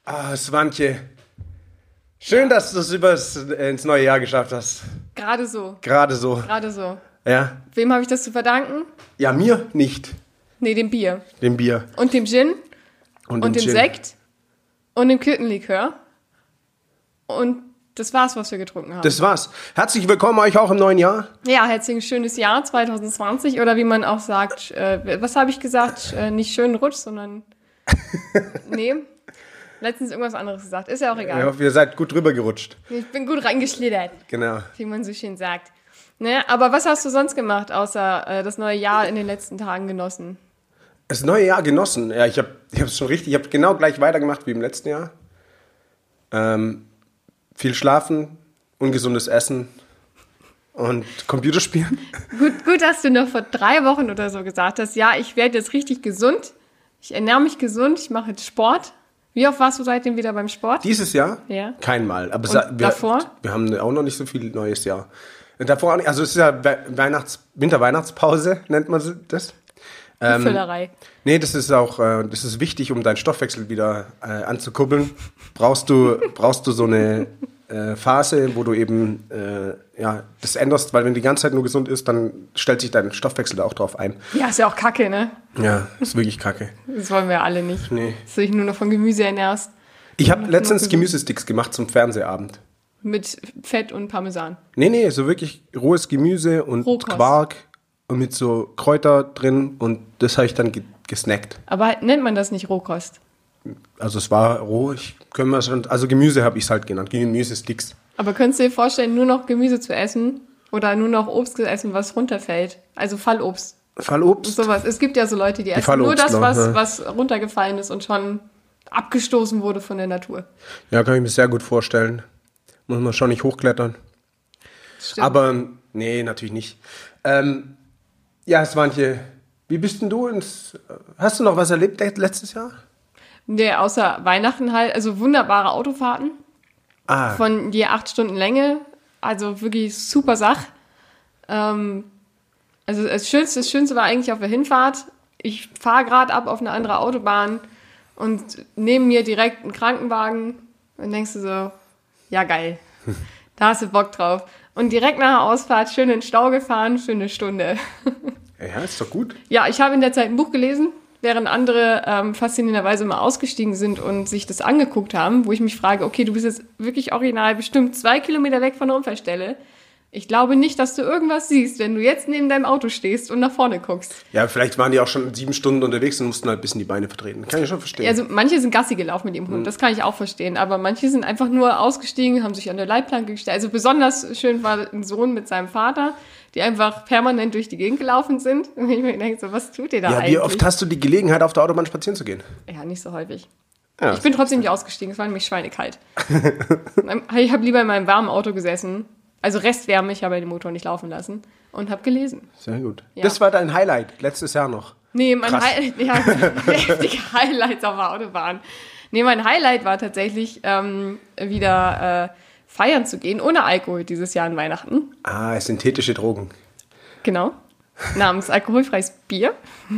Ah, Swantje. Schön, dass du es ins neue Jahr geschafft hast. Gerade so. Gerade so. Gerade so. Ja. Wem habe ich das zu verdanken? Ja, mir nicht. Nee, dem Bier. Dem Bier. Und dem Gin. Und dem Gin. Sekt. Und dem Kirtenlikör. Und das war's, was wir getrunken haben. Das war's. Herzlich willkommen euch auch im neuen Jahr. Ja, herzlich schönes Jahr 2020. Oder wie man auch sagt, was habe ich gesagt? Nicht schönen Rutsch, sondern... Nee. Letztens irgendwas anderes gesagt. Ist ja auch egal. Ich hoffe, ihr seid gut drüber gerutscht. Ich bin gut reingeschlittert. Genau. Wie man so schön sagt. Ne? Aber was hast du sonst gemacht, außer das neue Jahr in den letzten Tagen genossen? Das neue Jahr genossen. Ja, ich habe es schon richtig. Ich habe genau gleich weitergemacht wie im letzten Jahr. Viel schlafen, ungesundes Essen und Computerspielen. Gut, dass du noch vor 3 Wochen oder so gesagt hast, ja, ich werde jetzt richtig gesund. Ich ernähre mich gesund, ich mache jetzt Sport. Wie oft warst du seitdem wieder beim Sport? Dieses Jahr? Ja. Kein Mal. Aber davor? Wir haben auch noch nicht so viel neues Jahr. Davor auch nicht. Also es ist ja Winter-Weihnachtspause, nennt man das. Füllerei. Nee, das ist auch das ist wichtig, um deinen Stoffwechsel wieder anzukurbeln. Brauchst du so eine Phase, wo du eben das änderst, weil wenn du die ganze Zeit nur gesund isst, dann stellt sich dein Stoffwechsel da auch drauf ein. Ja, ist ja auch Kacke, ne? Ja, ist wirklich Kacke. Das wollen wir alle nicht. Nee. Dass du dich nur noch von Gemüse ernährst. Ich habe letztens Gemüsesticks gemacht zum Fernsehabend. Mit Fett und Parmesan. Nee, so wirklich rohes Gemüse und Rohkost. Quark und mit so Kräuter drin und das habe ich dann gesnackt. Aber nennt man das nicht Rohkost? Also es war roh, also Gemüse habe ich es halt genannt, Gemüsesticks. Aber könntest du dir vorstellen, nur noch Gemüse zu essen oder nur noch Obst zu essen, was runterfällt? Also Fallobst. Fallobst? Und sowas. Es gibt ja so Leute, die essen nur das, Fallobstler, was runtergefallen ist und schon abgestoßen wurde von der Natur. Ja, kann ich mir sehr gut vorstellen. Muss man schon nicht hochklettern. Stimmt. Aber nee, natürlich nicht. Ja, Swantje, wie bist denn du hast du noch was erlebt letztes Jahr? Nee, außer Weihnachten halt, also wunderbare Autofahrten. Von je 8 Stunden Länge. Also wirklich super Sach. Also das Schönste war eigentlich auf der Hinfahrt. Ich fahre gerade ab auf eine andere Autobahn und neben mir direkt ein Krankenwagen. Und denkst du so, ja geil, da hast du Bock drauf. Und direkt nach der Ausfahrt schön in den Stau gefahren für eine Stunde. Ja, ist doch gut. Ja, ich habe in der Zeit ein Buch gelesen, während andere faszinierenderweise mal ausgestiegen sind und sich das angeguckt haben, wo ich mich frage, okay, du bist jetzt wirklich original bestimmt 2 Kilometer weg von der Unfallstelle. Ich glaube nicht, dass du irgendwas siehst, wenn du jetzt neben deinem Auto stehst und nach vorne guckst. Ja, vielleicht waren die auch schon 7 Stunden unterwegs und mussten halt ein bisschen die Beine vertreten. Kann ich schon verstehen. Also manche sind Gassi gelaufen mit ihrem Hund, das kann ich auch verstehen. Aber manche sind einfach nur ausgestiegen, haben sich an der Leitplanke gestellt. Also besonders schön war ein Sohn mit seinem Vater, die einfach permanent durch die Gegend gelaufen sind. Und ich mir denke so, was tut ihr da eigentlich? Ja, wie oft hast du die Gelegenheit, auf der Autobahn spazieren zu gehen? Ja, nicht so häufig. Ja, Ich bin trotzdem nicht ausgestiegen, es war nämlich schweinekalt. Ich habe lieber in meinem warmen Auto gesessen, also Restwärme, ich habe den Motor nicht laufen lassen und habe gelesen. Sehr gut. Ja. Das war dein Highlight letztes Jahr noch. Nee, mein Krass. heftige Highlights auf der Autobahn. Nee, mein Highlight war tatsächlich wieder feiern zu gehen, ohne Alkohol dieses Jahr an Weihnachten. Synthetische Drogen. Genau. Namens alkoholfreies Bier.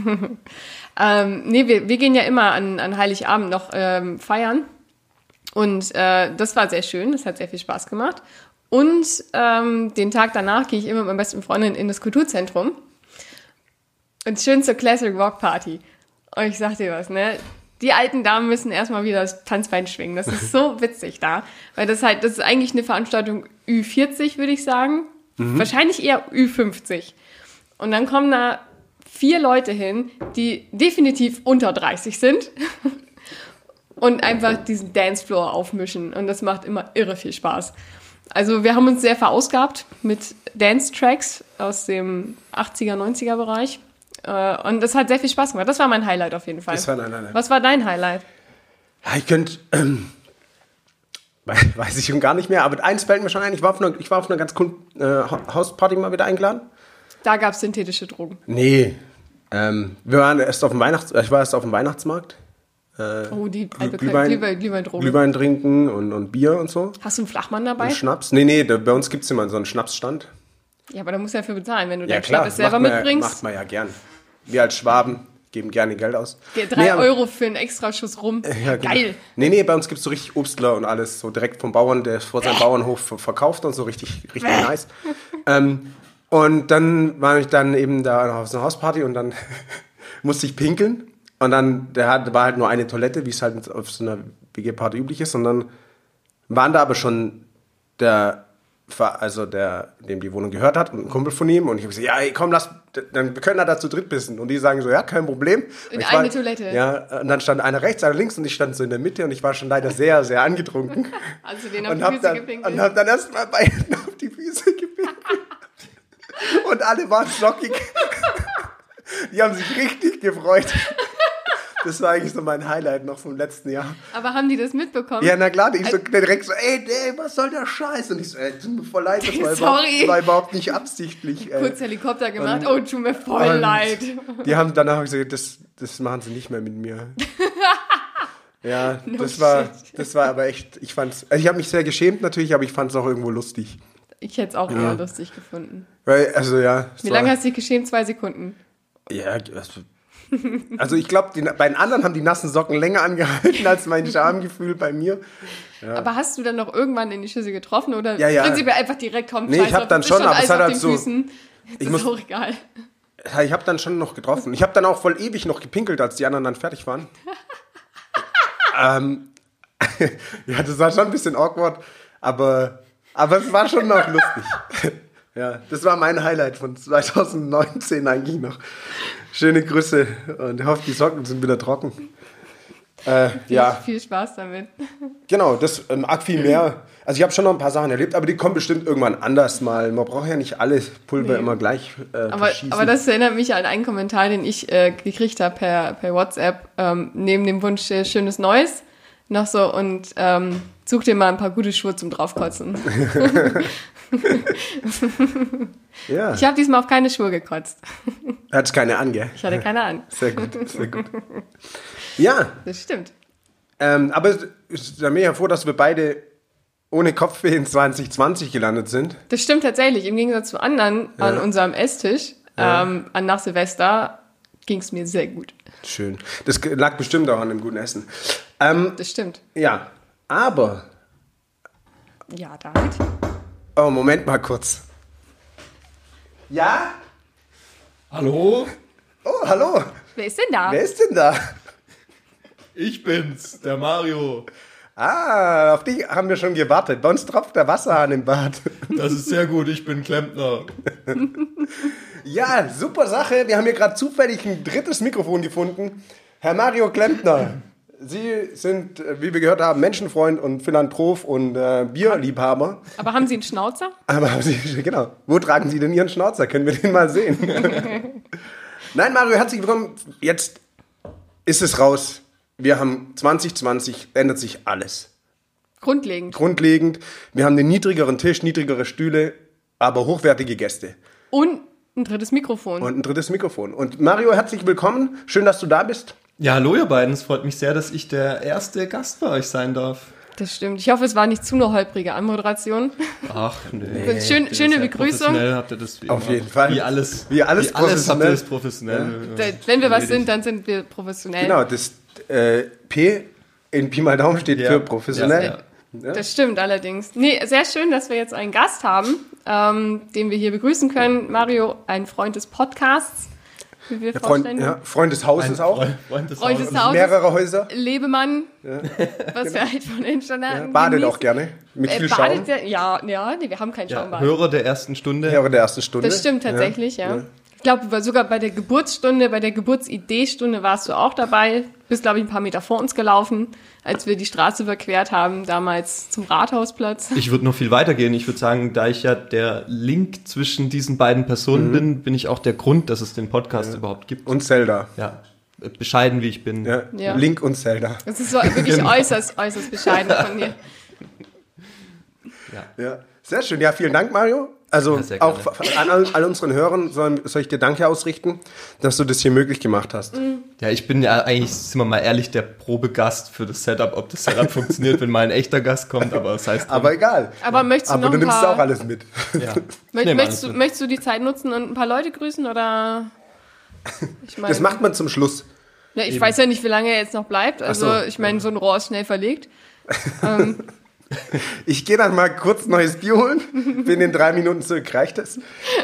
Wir gehen ja immer an Heiligabend noch feiern. Und das war sehr schön, das hat sehr viel Spaß gemacht. Und den Tag danach gehe ich immer mit meiner besten Freundin in das Kulturzentrum. Und schön zur Classic Rock Party. Und ich sag dir was, ne? Die alten Damen müssen erstmal wieder das Tanzbein schwingen. Das ist so witzig da. Weil das ist eigentlich eine Veranstaltung Ü40, würde ich sagen. Wahrscheinlich eher Ü50. Und dann kommen da 4 Leute hin, die definitiv unter 30 sind. Und einfach diesen Dancefloor aufmischen. Und das macht immer irre viel Spaß. Also wir haben uns sehr verausgabt mit Dance-Tracks aus dem 80er, 90er Bereich. Und das hat sehr viel Spaß gemacht. Das war mein Highlight auf jeden Fall. Das war dein Highlight. Was war dein Highlight? Ja, ich könnte, weiß ich schon gar nicht mehr, aber eins fällt mir schon ein. Ich war auf einer ganz coolen Hausparty mal wieder eingeladen. Da gab es synthetische Drogen. Nee, ich war erst auf dem Weihnachtsmarkt. Glühwein-Drogen. Glühwein trinken und Bier und so. Hast du einen Flachmann dabei? Und Schnaps. Nee, bei uns gibt es immer so einen Schnapsstand. Ja, aber da musst du ja für bezahlen, wenn du Ja deinen klar, Schnaps selber mitbringst. macht man ja gern. Wir als Schwaben geben gerne Geld aus. 3 Euro für einen Extraschuss rum. Ja, genau. Geil. Nee, bei uns gibt es so richtig Obstler und alles, so direkt vom Bauern, der vor seinem Bauernhof verkauft und so richtig nice. Und dann war ich dann eben da auf so einer Hausparty und dann musste ich pinkeln. Und dann, war halt nur eine Toilette, wie es halt auf so einer WG-Party üblich ist. Und dann waren da aber schon dem die Wohnung gehört hat, und ein Kumpel von ihm. Und ich habe gesagt, ja, ey, komm, wir können da zu dritt pissen. Und die sagen so, ja, kein Problem. In eine Toilette. Ja, und dann stand einer rechts, einer links und ich stand so in der Mitte und ich war schon leider sehr, sehr angetrunken. Also den auf die Füße gepinkelt. Und hab dann erstmal beiden auf die Füße gepinkelt. Und alle waren schockig. Die haben sich richtig gefreut. Das war eigentlich so mein Highlight noch vom letzten Jahr. Aber haben die das mitbekommen? Ja, na klar, ich so direkt so, ey, was soll der Scheiß? Und ich so, tut mir voll leid, das war überhaupt nicht absichtlich. Kurz Helikopter gemacht, tut mir voll leid. Die haben danach gesagt, das machen sie nicht mehr mit mir. Ja, das war aber echt, ich habe mich sehr geschämt natürlich, aber ich fand es auch irgendwo lustig. Ich hätte es auch eher lustig gefunden. Weil, also ja. Wie lange hast du dich geschämt? 2 Sekunden? Ja, also ich glaube, bei den anderen haben die nassen Socken länger angehalten als mein Schamgefühl bei mir. Ja. Aber hast du dann noch irgendwann in die Schüsse getroffen oder ja. prinzipiell einfach direkt kommen? Nee, ich habe dann schon, aber es hat halt so. Das ist auch egal. Ich habe dann schon noch getroffen. Ich habe dann auch voll ewig noch gepinkelt, als die anderen dann fertig waren. Ja, das war schon ein bisschen awkward, aber es war schon noch lustig. Ja, das war mein Highlight von 2019 eigentlich noch. Schöne Grüße und ich hoffe, die Socken sind wieder trocken. Ja. Viel Spaß damit. Genau, das arg viel mehr. Also ich habe schon noch ein paar Sachen erlebt, aber die kommen bestimmt irgendwann anders mal. Man braucht ja nicht alle Pulver immer gleich verschießen. Aber das erinnert mich an einen Kommentar, den ich gekriegt habe per WhatsApp, neben dem Wunsch schönes Neues noch so und such dir mal ein paar gute Schuhe zum draufkotzen. Ja. Ich habe diesmal auf keine Schuhe gekotzt. Hattest keine an, gell? Ich hatte keine an. Sehr gut, sehr gut. Ja. Das stimmt. Aber ich bin ja froh, dass wir beide ohne Kopfweh in 2020 gelandet sind. Das stimmt tatsächlich. Im Gegensatz zu anderen an unserem Esstisch, nach Silvester, ging es mir sehr gut. Schön. Das lag bestimmt auch an dem guten Essen. Das stimmt. Ja, aber... Ja, David? Oh, Moment mal kurz. Ja? Hallo? Oh, hallo. Wer ist denn da? Wer ist denn da? Ich bin's, der Mario. Ah, auf dich haben wir schon gewartet. Bei uns tropft der Wasserhahn im Bad. Das ist sehr gut, ich bin Klempner. Ja, super Sache. Wir haben hier gerade zufällig ein drittes Mikrofon gefunden. Herr Mario Klempner, Sie sind, wie wir gehört haben, Menschenfreund und Philanthrop und Bierliebhaber. Aber haben Sie einen Schnauzer? Aber haben Sie, genau. Wo tragen Sie denn Ihren Schnauzer? Können wir den mal sehen? Nein, Mario, herzlich willkommen. Jetzt ist es raus. Wir haben 2020, ändert sich alles. Grundlegend. Wir haben einen niedrigeren Tisch, niedrigere Stühle, aber hochwertige Gäste. Und ein drittes Mikrofon. Und Mario, herzlich willkommen. Schön, dass du da bist. Ja, hallo ihr beiden. Es freut mich sehr, dass ich der erste Gast bei euch sein darf. Das stimmt. Ich hoffe, es war nicht zu eine holprige Anmoderation. Ach, nee. Schöne Begrüßung. Professionell habt ihr das wie Auf immer. jeden Fall. Wie alles professionell. habt ihr das professionell. Ja. Wenn wir was sind, dann sind wir professionell. Genau, das P in Pi mal Daumen steht für professionell. Ja. Das stimmt allerdings. Nee, sehr schön, dass wir jetzt einen Gast haben, den wir hier begrüßen können. Mario, ein Freund des Podcasts, wie wir vorstellen. Freund des Hauses auch. Freund des Hauses. Mehrere Häuser. Lebemann, was wir halt von den schon hatten. Badet auch gerne, mit viel Schaum. Nee, wir haben keinen Schaumbad. Hörer der ersten Stunde. Das stimmt tatsächlich, ja. Ich glaube, sogar bei der Geburtsstunde, bei der Geburtsidee-Stunde warst du auch dabei. Bist, glaube ich, ein paar Meter vor uns gelaufen, als wir die Straße überquert haben, damals zum Rathausplatz. Ich würde noch viel weiter gehen. Ich würde sagen, da ich ja der Link zwischen diesen beiden Personen bin ich auch der Grund, dass es den Podcast überhaupt gibt. Und Zelda. Ja, bescheiden wie ich bin. Ja. Link und Zelda. Das ist so wirklich äußerst bescheiden von dir. Ja. Sehr schön. Ja, vielen Dank, Mario. Also auch an all unseren Hörern soll ich dir Danke ausrichten, dass du das hier möglich gemacht hast. Ja, ich bin ja eigentlich, sind wir mal ehrlich, der Probegast für das Setup, ob das Setup funktioniert, wenn mal ein echter Gast kommt, aber das heißt... Aber egal. Aber möchtest du noch du nimmst auch alles mit. Ja. Möchtest du die Zeit nutzen und ein paar Leute grüßen, oder? Ich mein, Das macht man zum Schluss. ja, ich weiß ja nicht, wie lange er jetzt noch bleibt. Also, Ach so. ich meine, so ein Rohr ist schnell verlegt. Ich gehe dann mal kurz neues Bier holen. Bin in 3 Minuten zurück. Reicht das?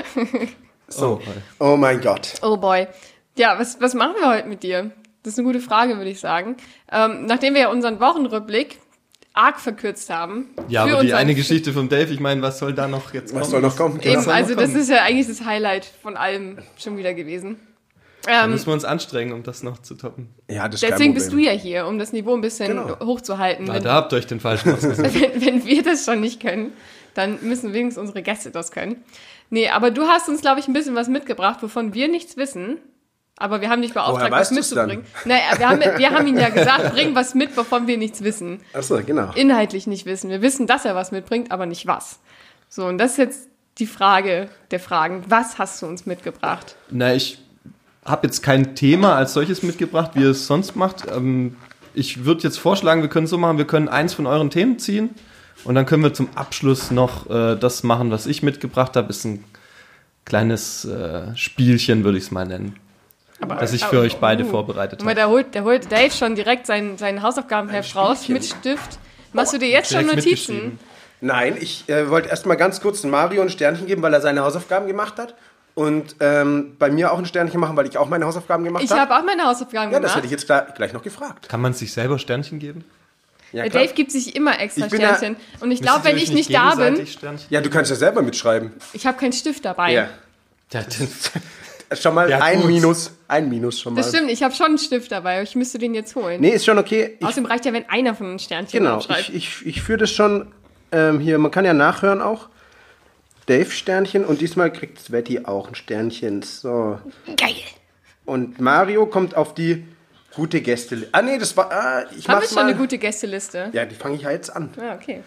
So. Oh mein Gott. Oh boy. Ja, was machen wir heute mit dir? Das ist eine gute Frage, würde ich sagen. Nachdem wir ja unseren Wochenrückblick arg verkürzt haben. Ja, für aber die unseren- eine Geschichte vom Dave, ich meine, was soll da noch jetzt kommen? Was soll noch kommen? Eben, soll noch also das kommen? ist ja eigentlich das Highlight von allem schon wieder gewesen. Da müssen wir uns anstrengen, um das noch zu toppen. Ja, das ist Deswegen kein bist du Problem. ja hier, um das Niveau ein bisschen Genau. hochzuhalten. Na, Wenn, da habt ihr euch den falschen ausgesucht. wenn wir das schon nicht können, dann müssen wenigstens unsere Gäste das können. Nee, aber du hast uns, glaube ich, ein bisschen was mitgebracht, wovon wir nichts wissen. Aber wir haben dich beauftragt, Woher was weißt du's dann? mitzubringen. Naja, wir haben ihm ja gesagt, bring was mit, wovon wir nichts wissen. Achso, genau. Inhaltlich nicht wissen. Wir wissen, dass er was mitbringt, aber nicht was. So, und das ist jetzt die Frage der Fragen. Was hast du uns mitgebracht? Na, ich habe jetzt kein Thema als solches mitgebracht, wie ihr es sonst macht. Ich würde jetzt vorschlagen, wir können es so machen, wir können eins von euren Themen ziehen und dann können wir zum Abschluss noch das machen, was ich mitgebracht habe. Ist ein kleines Spielchen, würde ich es mal nennen, Aber, das ich für euch beide vorbereitet Guck mal, habe. da holt Dave schon direkt sein Hausaufgabenheft raus mit Stift. Machst du dir jetzt schon Direkt Notizen? mitgeschrieben. Nein, ich wollte erst mal ganz kurz Mario ein Sternchen geben, weil er seine Hausaufgaben gemacht hat. Und bei mir auch ein Sternchen machen, weil ich auch meine Hausaufgaben gemacht Ich habe. habe auch meine Hausaufgaben Ja, das gemacht. hätte ich jetzt gleich noch gefragt. Kann man sich selber Sternchen geben? Ja, Der klar. Dave gibt sich immer extra Ich bin ja- Sternchen. Und ich glaube, wenn Müsstet ich ihr euch nicht da bin, gegenseitig Sternchen? Ja, du kannst ja selber mitschreiben. ich habe keinen Stift dabei. Ja. Ja, Schon mal Ja, ein gut. Minus. Ein Minus schon mal. Das stimmt, ich habe schon einen Stift dabei, aber ich müsste den jetzt holen. Nee, ist schon okay. Außerdem reicht ja, wenn einer von uns Sternchen Genau, aufschreibt. ich führe das schon hier, man kann ja nachhören auch. Dave Sternchen und diesmal kriegt Sveti auch ein Sternchen. So. Geil. Und Mario kommt auf die gute Gäste. Ah nee, das war. Ich Haben wir mach's schon mal. eine gute Gästeliste? Ja, die fange ich ja jetzt an. Ja, okay.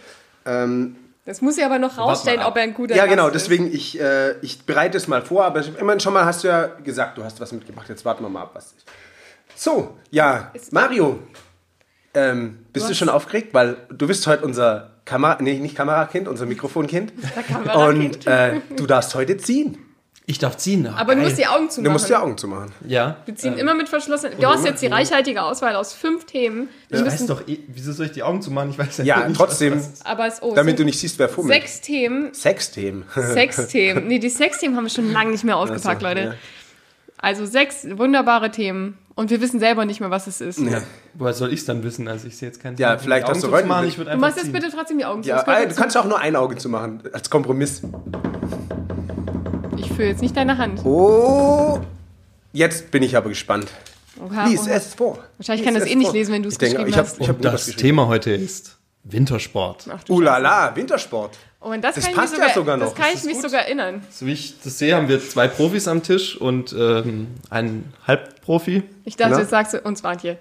Das muss ich aber noch rausstellen, mal ab. ob er ein guter Ja, Gast genau, ist. deswegen, ich bereite es mal vor, aber immerhin schon mal hast du ja gesagt, du hast was mitgebracht. Jetzt warten wir mal ab, was ist. So, ja, Mario, bist du schon aufgeregt? Weil du bist heute unser nicht Kamerakind, unser Mikrofonkind. Kamerakind. Und du darfst heute ziehen. ich darf ziehen. Aber du musst die Augen zumachen. Du musst die Augen zumachen. Ja. Wir ziehen immer mit verschlossenen. Du hast jetzt die reichhaltige Auswahl aus 5 Themen. Wir Ich weiß müssen, doch, wieso soll ich die Augen zumachen? Ich weiß Ja, nicht, trotzdem, was- aber es damit du nicht siehst, wer fummelt. 6 Themen. Sexthemen. 6 Themen. Nee, die 6 Themen haben wir schon lange nicht mehr ausgepackt, Also, Leute. ja. Also 6 wunderbare Themen. Und wir wissen selber nicht mehr, was es ist. Ja. Woher soll ich es dann wissen? Also ich sehe jetzt keinen Ja, Sinn, vielleicht die hast du Augen zuzumachen, Röntgen- ich würde Du einfach machst jetzt ziehen. bitte trotzdem die Augen zu. Ja, Das gehört du dazu. kannst auch nur ein Auge zu machen, als Kompromiss. Ich fühle jetzt nicht deine Hand. Oh, jetzt bin ich aber gespannt. Oha, Lies oha. es vor. Wahrscheinlich kann Lies das es eh nicht vor. lesen, wenn du es Ich denke, geschrieben ich hab- hast. ich hab Und nur das was geschrieben. Thema heute ist Wintersport. Ach, du Ulala, Wintersport. Oh, und das Das kann passt ich mich ja sogar noch. Das kann Das ich ist mich gut. sogar erinnern. So wie ich das sehe, haben wir 2 Profis am Tisch und einen Halbprofi. Ich dachte, Na? jetzt sagst du uns Wart hier.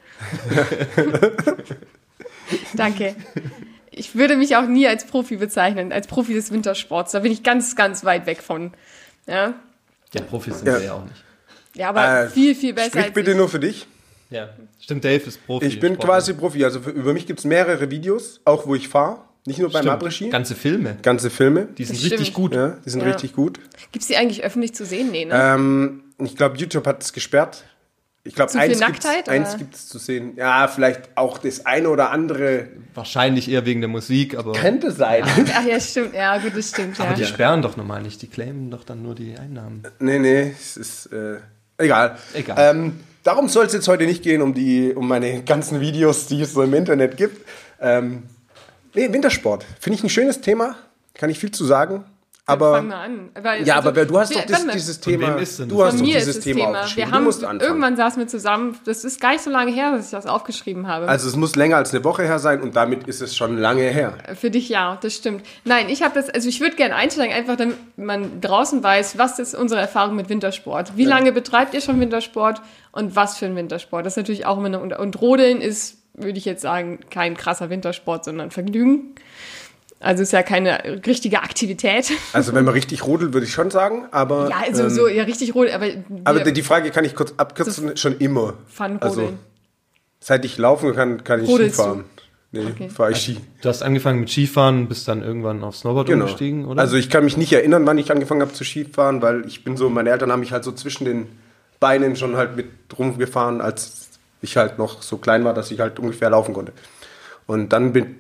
Danke. Ich würde mich auch nie als Profi bezeichnen, als Profi des Wintersports. Da bin ich ganz, ganz weit weg von. Ja, Ja, Profis sind Ja. wir ja auch nicht. ja aber viel, viel besser Sprich als bitte ich. nur für dich. Ja. Stimmt, Dave ist Profi. Ich bin Sportler. quasi Profi. Also über mich gibt es mehrere Videos, auch wo ich fahre. Nicht nur beim Stimmt. Après-Ski. Ganze Filme. Ganze Filme. Die sind Das richtig stimmt. gut. Ja, die sind Ja. richtig gut. Gibt es die eigentlich öffentlich zu sehen? Nee, ne? Ich glaube, YouTube hat es gesperrt. Ich glaube, Zu viel eins Nacktheit, oder? gibt es zu sehen. Ja, vielleicht auch das eine oder andere Wahrscheinlich eher wegen der Musik, aber könnte sein. Ach ja, stimmt. Ja, gut, das stimmt. Ja. die sperren doch normal nicht. Die claimen doch dann nur die Einnahmen. Nee, es ist egal. Egal. Darum soll es jetzt heute nicht gehen, um meine ganzen Videos, die es so im Internet gibt. Wintersport. Finde ich ein schönes Thema. Kann ich viel zu sagen. Aber Fang mal an. Weil, ja, also, aber du hast doch warte mal. dieses Von Thema. wem ist denn Du das? hast Von doch mir ist dieses das Thema Thema. aufgeschrieben. Wir Du haben, musst anfangen. irgendwann saßen wir zusammen. Das ist gar nicht so lange her, dass ich das aufgeschrieben habe. Also es muss länger als eine Woche her sein und damit ist es schon lange her. Für dich ja, das stimmt. Nein, ich habe das, also ich würde gerne einsteigen, einfach damit man draußen weiß, was ist unsere Erfahrung mit Wintersport. Wie lange betreibt ihr schon Wintersport und was für ein Wintersport? Das ist natürlich auch immer und Rodeln ist, würde ich jetzt sagen, kein krasser Wintersport, sondern Vergnügen. Also ist ja keine richtige Aktivität. Also wenn man richtig rodelt, würde ich schon sagen, aber Ja, also so ja richtig rodeln, aber die Frage kann ich kurz abkürzen, schon immer. Fun-Rodeln. Also seit ich laufen kann ich Rodelst Ski fahren. Nee, Okay. fahre ich Ski. Du hast angefangen mit Skifahren, bist dann irgendwann auf Snowboard umgestiegen, oder? Also ich kann mich nicht erinnern, wann ich angefangen habe zu Skifahren, weil ich bin so, meine Eltern haben mich halt so zwischen den Beinen schon halt mit rumgefahren, als ich halt noch so klein war, dass ich halt ungefähr laufen konnte. Und dann mit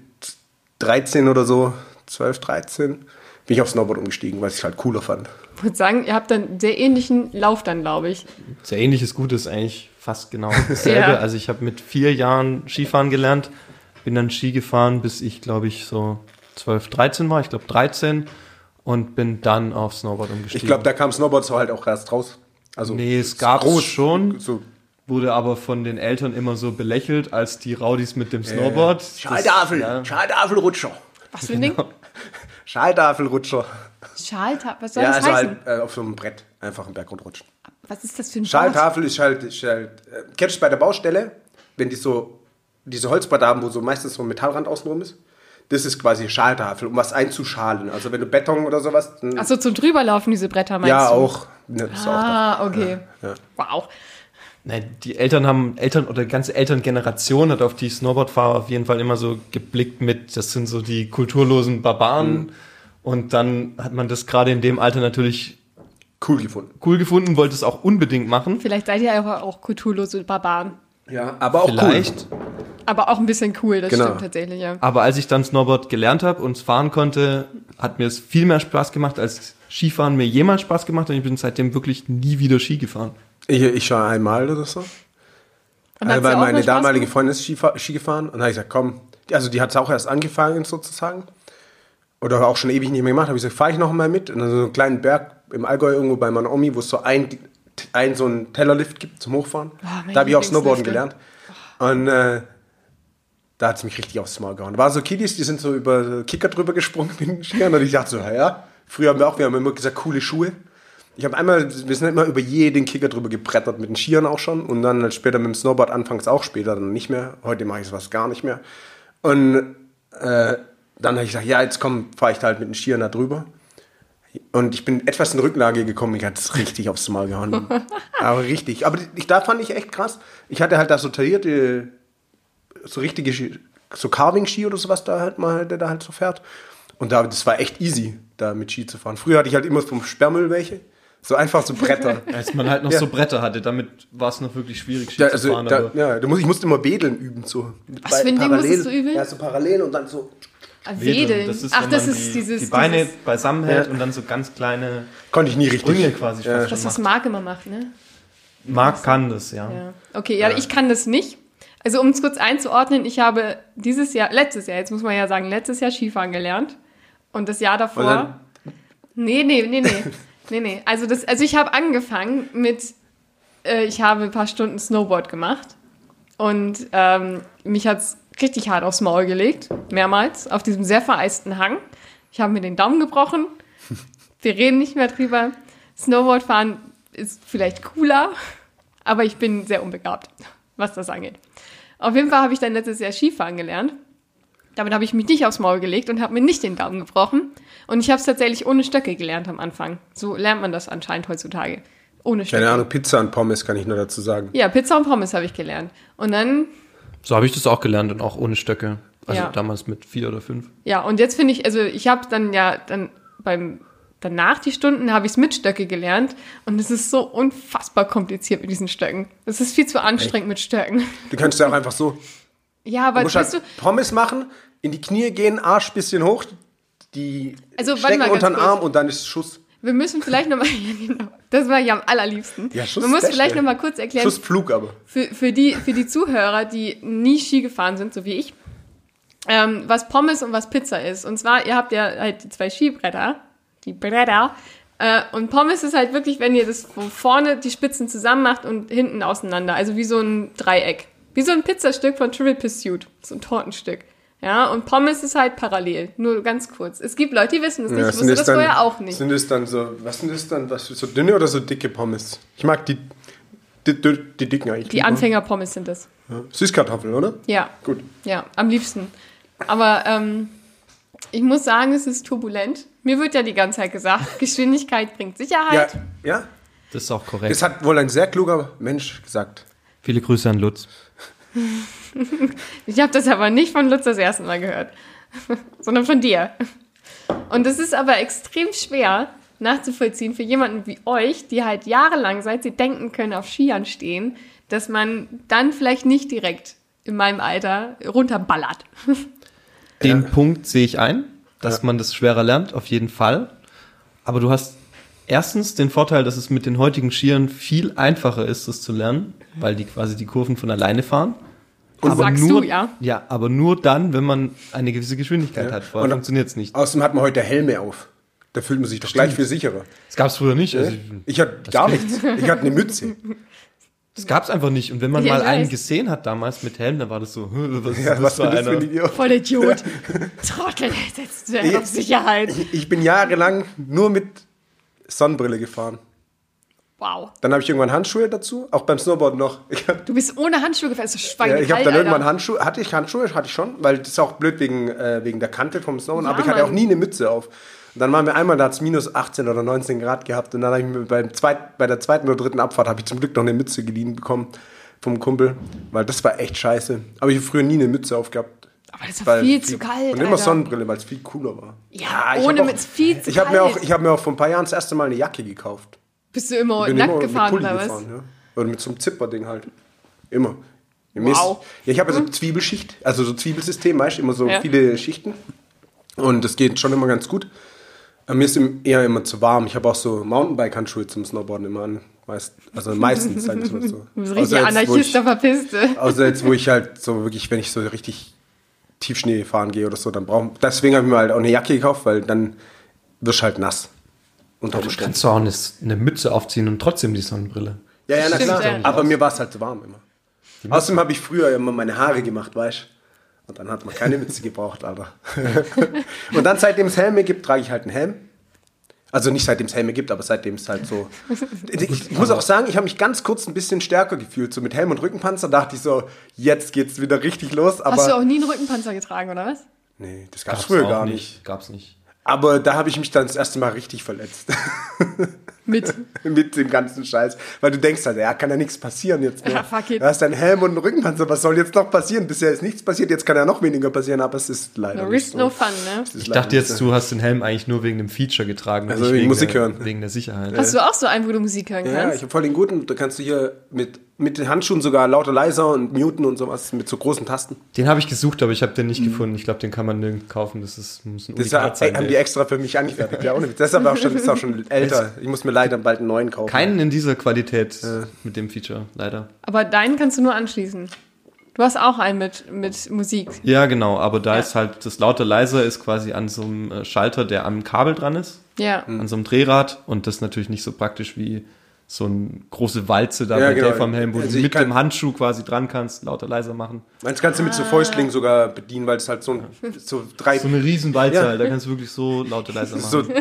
13 oder so, 12, 13, bin ich aufs Snowboard umgestiegen, weil ich es halt cooler fand. Ich würde sagen, ihr habt dann einen sehr ähnlichen Lauf dann, glaube ich. Sehr ähnliches Gut ist eigentlich fast genau dasselbe. Ja. Also ich habe mit 4 Jahren Skifahren gelernt, bin dann Ski gefahren, bis ich, glaube ich, so 12, 13 war. Ich glaube 13 und bin dann auf Snowboard umgestiegen. Ich glaube, da kam Snowboard so halt auch erst raus. Also nee, es gab es schon, So, wurde aber von den Eltern immer so belächelt als die Raudis mit dem Snowboard. Schalltafelrutscher. Was für ein Ding? Schalltafelrutscher. Schaltafel, was soll Ja, das also heißen? halt auf so einem Brett einfach im Berg rutschen. Was ist das für ein Wort? Schalltafel ist halt kennst du bei der Baustelle, wenn die so diese Holzbretter haben, wo so meistens so ein Metallrand außenrum ist? Das ist quasi Schalltafel, um was einzuschalen. Also wenn du Beton oder sowas... Achso, zum Drüberlaufen diese Bretter meinst ja, du? auch. Ne, das ist auch da. Okay. Ja. Wow. Nein, die Eltern oder die ganze Elterngeneration hat auf die Snowboardfahrer auf jeden Fall immer so geblickt mit, das sind so die kulturlosen Barbaren. Und dann hat man das gerade in dem Alter natürlich Cool gefunden. wollte es auch unbedingt machen. Vielleicht seid ihr einfach auch kulturlose Barbaren. Ja, aber auch Vielleicht. cool. Aber auch ein bisschen cool, das Genau. stimmt tatsächlich, ja. Aber als ich dann Snowboard gelernt habe und es fahren konnte, hat mir es viel mehr Spaß gemacht, als Skifahren mir jemals Spaß gemacht. Und ich bin seitdem wirklich nie wieder Ski gefahren. Ich schon einmal oder so. Und hat's dir Weil auch meine mal Spaß damalige gemacht? Freundin ist Ski gefahren. Und dann habe ich gesagt, komm. Also die hat es auch erst angefangen sozusagen. Oder auch schon ewig nicht mehr gemacht. Habe ich gesagt, fahre ich noch mal mit. Und dann so einen kleinen Berg im Allgäu irgendwo bei meiner Omi, wo es so so einen Tellerlift gibt zum Hochfahren. mein Da habe ich auch Snowboarden Lieblingslifte. gelernt. Und da hat es mich richtig aufs Maul gehauen. Da waren so Kiddies, die sind so über Kicker drüber gesprungen mit den Skiern. Und ich dachte so, ja, früher haben wir immer gesagt, coole Schuhe. Wir sind immer über jeden Kicker drüber gebrettert, mit den Skiern auch schon. Und dann halt später mit dem Snowboard, anfangs auch später, dann nicht mehr. Heute mache ich sowas gar nicht mehr. Und dann habe ich gesagt, ja, jetzt fahre ich da halt mit den Skiern da drüber. Und ich bin etwas in Rücklage gekommen, ich hatte es richtig aufs Maul gehauen. Aber richtig. Aber da fand ich echt krass. Ich hatte halt da so taillierte, so richtige so Carving-Ski oder sowas da halt mal, der da halt so fährt. Und das war echt easy, da mit Ski zu fahren. Früher hatte ich halt immer vom Sperrmüll welche. So einfach so Bretter. Als man halt noch Ja. so Bretter hatte, damit war es noch wirklich schwierig, Ski Ja, zu also, fahren. Aber ich musste immer Wedeln üben. So. Was für ein Ding musstest du üben? Ja, so parallel und dann so. Wedeln. Das ist, Ach, wenn das man ist dieses... die Beine dieses beisammen hält Ja. und dann so ganz kleine Konnte ich nie richtig. Sprünge quasi Ja. fast das, schon was macht. Marc immer macht, ne? Marc kann das, ja. Ja. Okay, ja, ich kann das nicht. Also um es kurz einzuordnen, ich habe letztes Jahr, jetzt muss man ja sagen, letztes Jahr Skifahren gelernt. Und das Jahr Und davor... dann- Nee. Also ich habe angefangen mit, ich habe ein paar Stunden Snowboard gemacht. Und mich hat es richtig hart aufs Maul gelegt, mehrmals, auf diesem sehr vereisten Hang. Ich habe mir den Daumen gebrochen. Wir reden nicht mehr drüber. Snowboardfahren ist vielleicht cooler, aber ich bin sehr unbegabt, was das angeht. Auf jeden Fall habe ich dann letztes Jahr Skifahren gelernt. Damit habe ich mich nicht aufs Maul gelegt und habe mir nicht den Daumen gebrochen. Und ich habe es tatsächlich ohne Stöcke gelernt am Anfang. So lernt man das anscheinend heutzutage. Ohne Stöcke. Keine Ahnung, Pizza und Pommes kann ich nur dazu sagen. Ja, Pizza und Pommes habe ich gelernt. Und dann, So habe ich das auch gelernt und auch ohne Stöcke. Also Ja. damals mit 4 oder 5. ja, und jetzt finde ich, also ich habe dann danach die Stunden habe ich es mit Stöcke gelernt. Und es ist so unfassbar kompliziert mit diesen Stöcken. Es ist viel zu anstrengend mit Stöcken. Du kannst ja auch einfach so. Ja, aber Du musst weißt halt du, Pommes machen, in die Knie gehen, Arsch bisschen hoch, die Also, warte stecken mal ganz unter den kurz. Arm und dann ist Schuss. wir müssen vielleicht nochmal, ja, genau, das war ja am allerliebsten. Ja, Schuss Man muss ist vielleicht der nochmal kurz erklären, Schussflug aber. für die Zuhörer, die nie Ski gefahren sind, so wie ich, was Pommes und was Pizza ist. Und zwar, ihr habt ja halt die 2 Skibretter, und Pommes ist halt wirklich, wenn ihr das von vorne die Spitzen zusammen macht und hinten auseinander, also wie so ein Dreieck. Wie so ein Pizzastück von Trivial Pursuit, so ein Tortenstück. Ja, und Pommes ist halt parallel, nur ganz kurz. Es gibt Leute, die wissen das nicht, ich wusste das vorher auch nicht. Sind es dann so, was sind das dann, so dünne oder so dicke Pommes? Ich mag die dicken eigentlich. Die lieber. Anfängerpommes sind das. Ja. Süßkartoffeln, oder? Ja. Gut. Ja, am liebsten. Aber ich muss sagen, es ist turbulent. Mir wird ja die ganze Zeit gesagt, Geschwindigkeit bringt Ja, Sicherheit. ja. Das ist auch korrekt. Das hat wohl ein sehr kluger Mensch gesagt. Viele Grüße an Lutz. Ich habe das aber nicht von Lutz das erste Mal gehört, sondern von dir. Und es ist aber extrem schwer, nachzuvollziehen für jemanden wie euch, die halt jahrelang, seit sie denken können, auf Skiern stehen, dass man dann vielleicht nicht direkt in meinem Alter runterballert. Den Punkt sehe ich ein, dass man das schwerer lernt, auf jeden Fall. Aber du hast erstens den Vorteil, dass es mit den heutigen Skiern viel einfacher ist, das zu lernen, weil die quasi die Kurven von alleine fahren. Und aber sagst nur, du, ja? Ja, aber nur dann, wenn man eine gewisse Geschwindigkeit hat. Vorher funktioniert es nicht. Außerdem hat man heute Helme auf. Da fühlt man sich doch gleich viel sicherer. Das gab es früher nicht. Also, Ich hatte gar nichts. Ich hatte eine Mütze. das gab es einfach nicht. Und wenn man Ja, mal ich einen weiß. gesehen hat damals mit Helm, dann war das so, was ist Ja, das was für für ein einer? Idiot. Voll der Idiot. Trottel, setzt du auf Sicherheit. Ich bin jahrelang nur mit Sonnenbrille gefahren. Wow. Dann habe ich irgendwann Handschuhe dazu, auch beim Snowboard noch. Du bist ohne Handschuhe gefahren. Das ist Ich habe kalt, dann irgendwann Alter. Handschuhe, hatte ich schon, weil das ist auch blöd wegen der Kante vom Snowboard, Ja, aber ich hatte auch Mann. nie eine Mütze auf. Und dann waren wir einmal, da hat es minus 18 oder 19 Grad gehabt und dann habe ich mir bei der zweiten oder dritten Abfahrt habe ich zum Glück noch eine Mütze geliehen bekommen vom Kumpel, weil das war echt scheiße. Aber ich habe früher nie eine Mütze aufgehabt. Aber das war viel zu kalt, Und immer Alter. Sonnenbrille, weil es viel cooler war. Ja, ich ohne hab auch- Mütze, viel zu Ich habe mir, kalt. hab mir auch vor ein paar Jahren das erste Mal eine Jacke gekauft. Bist du immer Bin nackt immer gefahren mit Pulli oder was? gefahren, ja. Oder mit so einem Zipperding halt. Immer. Wow. Ja, ich habe ja so Zwiebelschicht, also so Zwiebelsystem, weißt du, immer so Ja. viele Schichten. Und das geht schon immer ganz gut. Aber mir ist eher immer zu warm. Ich habe auch so Mountainbike-Handschuhe zum Snowboarden immer an. Also meistens, sag ich mal so. Du bist richtig Anarchist auf der Piste. Außer jetzt, wo ich halt so wirklich, wenn ich so richtig Tiefschnee fahren gehe oder so, dann deswegen habe ich mir halt auch eine Jacke gekauft, weil dann wirst du halt nass. Unter Umständen. Kannst du auch eine Mütze aufziehen und trotzdem die Sonnenbrille. Ja, na Stimmt, klar. ja. Aber mir war es halt zu warm immer. Außerdem habe ich früher immer meine Haare gemacht, weißt du? Und dann hat man keine Mütze gebraucht, Alter. Und dann, seitdem es Helme gibt, trage ich halt einen Helm. Also nicht seitdem es Helme gibt, aber seitdem es halt so... Ich muss auch sagen, ich habe mich ganz kurz ein bisschen stärker gefühlt. So mit Helm und Rückenpanzer dachte ich so, jetzt geht's wieder richtig los. Aber Hast du auch nie einen Rückenpanzer getragen, oder was? nee, das gab's früher gar nicht. Gab's nicht. Aber da habe ich mich dann das erste Mal richtig verletzt. Mit. Mit dem ganzen Scheiß. Weil du denkst halt, ja, kann ja nichts passieren jetzt mehr. Ja, fuck it. Du hast einen Helm und einen Rückenpanzer, was soll jetzt noch passieren? Bisher ist nichts passiert, jetzt kann ja noch weniger passieren, aber es ist leider No nicht risk, so. no fun, ne? Es ist Ich leider dachte nicht jetzt, so. du hast den Helm eigentlich nur wegen dem Feature getragen. und Also nicht wegen wegen Musik der, hören. Wegen der Sicherheit. Hast du auch so einen, wo du Musik hören Ja, kannst? ich habe voll den guten, da kannst du hier mit den Handschuhen sogar lauter, leiser und muten und sowas, mit so großen Tasten. Den habe ich gesucht, aber ich habe den nicht gefunden. Ich glaube, den kann man nirgends kaufen. Das muss ein Das Unikat sein. haben die extra für mich angefertigt. Ja, ohne Witz. Das ist aber auch schon, ist auch schon älter. Ich muss mir leider bald einen neuen kaufen. Keinen in dieser Qualität mit dem Feature, leider. Aber deinen kannst du nur anschließen. Du hast auch einen mit Musik. Ja, genau, aber da ist halt, das lauter leiser ist quasi an so einem Schalter, der am Kabel dran ist, Ja. an so einem Drehrad, und das ist natürlich nicht so praktisch wie so eine große Walze da Ja, bei genau. Dave am Helm, wo Also du ich mit kann- dem Handschuh quasi dran kannst, lauter leiser machen. Meins kannst du mit so Fäustlingen sogar bedienen, weil es halt so drei, So eine Riesenwalze, Ja. halt, da kannst du wirklich so lauter leiser machen. so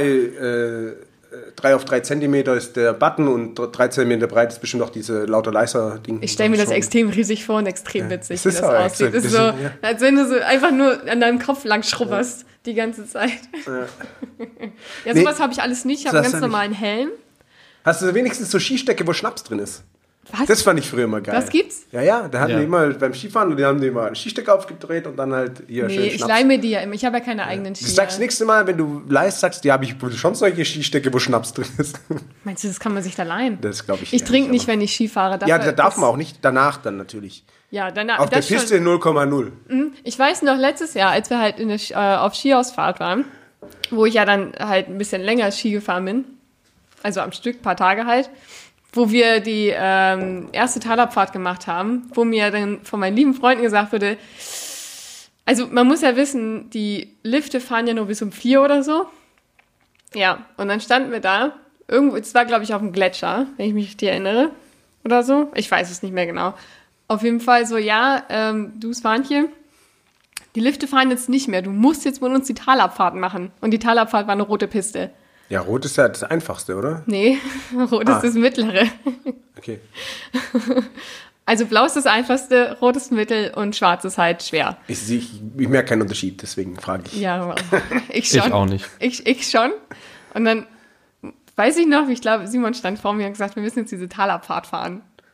3 auf 3 Zentimeter ist der Button und 3 Zentimeter breit ist bestimmt auch diese lauter leiser Ding. Ich stelle mir das Schon. extrem riesig vor und extrem witzig, Es wie ist das auch aussieht. extrem Das ist so, bisschen, ja. als wenn du so einfach nur an deinem Kopf lang schrubberst die ganze Zeit. Ja, sowas habe ich alles nicht. Ich habe einen Das ganz hab ich- normalen Helm. Hast du wenigstens so Skistöcke, wo Schnaps drin ist? Was? Das fand ich früher immer geil. Das gibt's? Ja, da hatten Ja. die immer beim Skifahren und die haben die immer einen Skistöcke aufgedreht und dann halt hier schön Nee, ich Schnaps. leih mir die ja immer. Ich habe ja keine eigenen Du Skier. sagst das nächste Mal, wenn du leihst, sagst ja, habe ich schon solche Skistöcke, wo Schnaps drin ist. Meinst du, das kann man sich da leihen? Das glaube ich Ich eher trinke nicht, aber- wenn ich Ski fahre. Ja, da darf man auch nicht. Danach dann natürlich. Ja, danach. Auf der das schon. Piste 0,0. Ich weiß noch, letztes Jahr, als wir halt auf Skiausfahrt waren, wo ich ja dann halt ein bisschen länger Ski gefahren bin, also am Stück, paar Tage halt, wo wir die erste Talabfahrt gemacht haben, wo mir dann von meinen lieben Freunden gesagt wurde, also man muss ja wissen, die Lifte fahren ja nur bis um 4 oder so. Ja, und dann standen wir da, irgendwo, es war glaube ich auf dem Gletscher, wenn ich mich richtig erinnere, oder so. Ich weiß es nicht mehr genau. Auf jeden Fall so, ja, du Svanche, die Lifte fahren jetzt nicht mehr. Du musst jetzt mit uns die Talabfahrt machen. Und die Talabfahrt war eine rote Piste. Ja, rot ist ja das Einfachste, oder? Nee, rot ist das mittlere. Okay. Also blau ist das einfachste, rot ist mittel und schwarz ist halt schwer. Ich merke keinen Unterschied, deswegen frage ich. Ja, ich schon. Ich auch nicht. Ich schon. Und dann weiß ich noch, ich glaube, Simon stand vor mir und gesagt, wir müssen jetzt diese Talabfahrt fahren.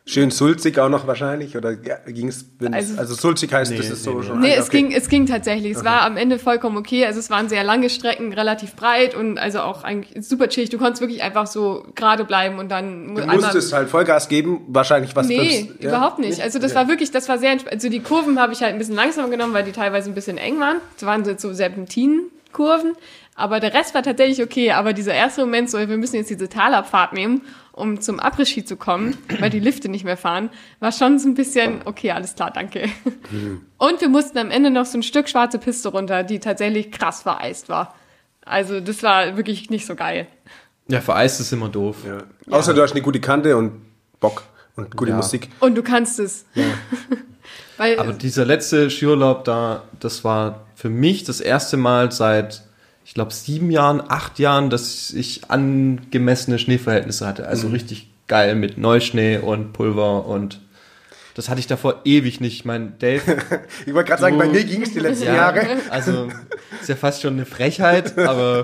Schön sulzig auch noch wahrscheinlich? Oder ging es, also sulzig heißt, das ist so schon... Nee, okay. es ging tatsächlich. Es war am Ende vollkommen okay. Also es waren sehr lange Strecken, relativ breit und also auch eigentlich super chillig. Du konntest wirklich einfach so gerade bleiben und dann... Du musstest halt Vollgas geben, wahrscheinlich was... Nee, überhaupt nicht. Also das war wirklich, das war sehr... Also die Kurven habe ich halt ein bisschen langsamer genommen, weil die teilweise ein bisschen eng waren. Das waren so Serpentinenkurven. Aber der Rest war tatsächlich okay. Aber dieser erste Moment, so wir müssen jetzt diese Talabfahrt nehmen, um zum Après-Ski zu kommen, weil die Lifte nicht mehr fahren, war schon so ein bisschen, okay, alles klar, danke. Und wir mussten am Ende noch so ein Stück schwarze Piste runter, die tatsächlich krass vereist war. Also das war wirklich nicht so geil. Ja, vereist ist immer doof. Ja. Außer du hast eine gute Kante und Bock und gute Musik. Und du kannst es. Ja. Weil, aber dieser letzte Skiurlaub da, das war für mich das erste Mal seit, ich glaube, 7 Jahren, 8 Jahren, dass ich angemessene Schneeverhältnisse hatte. Also richtig geil mit Neuschnee und Pulver und das hatte ich davor ewig nicht. Ich meine, Dave... ich wollte gerade sagen, bei mir ging es die letzten Jahre. Also ist ja fast schon eine Frechheit, aber...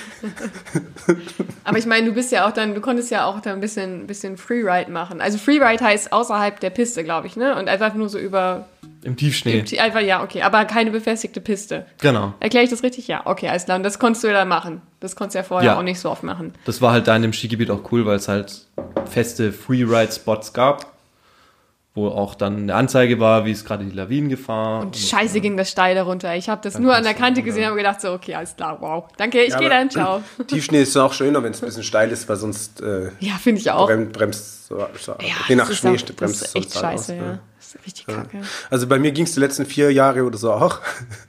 Aber ich meine, du konntest ja auch da ein bisschen Freeride machen. Also Freeride heißt außerhalb der Piste, glaube ich, ne? Und einfach nur so über... Im Tiefschnee. Einfach, ja, okay. Aber keine befestigte Piste. Genau. Erkläre ich das richtig? Ja, okay, alles klar. Und das konntest du ja dann machen. Das konntest du ja vorher auch nicht so oft machen. Das war halt da in dem Skigebiet auch cool, weil es halt feste Freeride-Spots gab, wo auch dann eine Anzeige war, wie ist gerade die Lawinengefahr. Und scheiße ging das steil darunter. Ich habe das nur an der Kante gesehen und habe gedacht, so, okay, alles klar, wow. Danke, ich gehe dann, ciao. Tiefschnee ist auch schöner, wenn es ein bisschen steil ist, weil sonst ja, finde ich auch. Bremst so, ja, je nach Schnee bremst das ist echt scheiße, aus, ja. Das ist richtig kacke. Also bei mir ging es die letzten 4 Jahre oder so auch.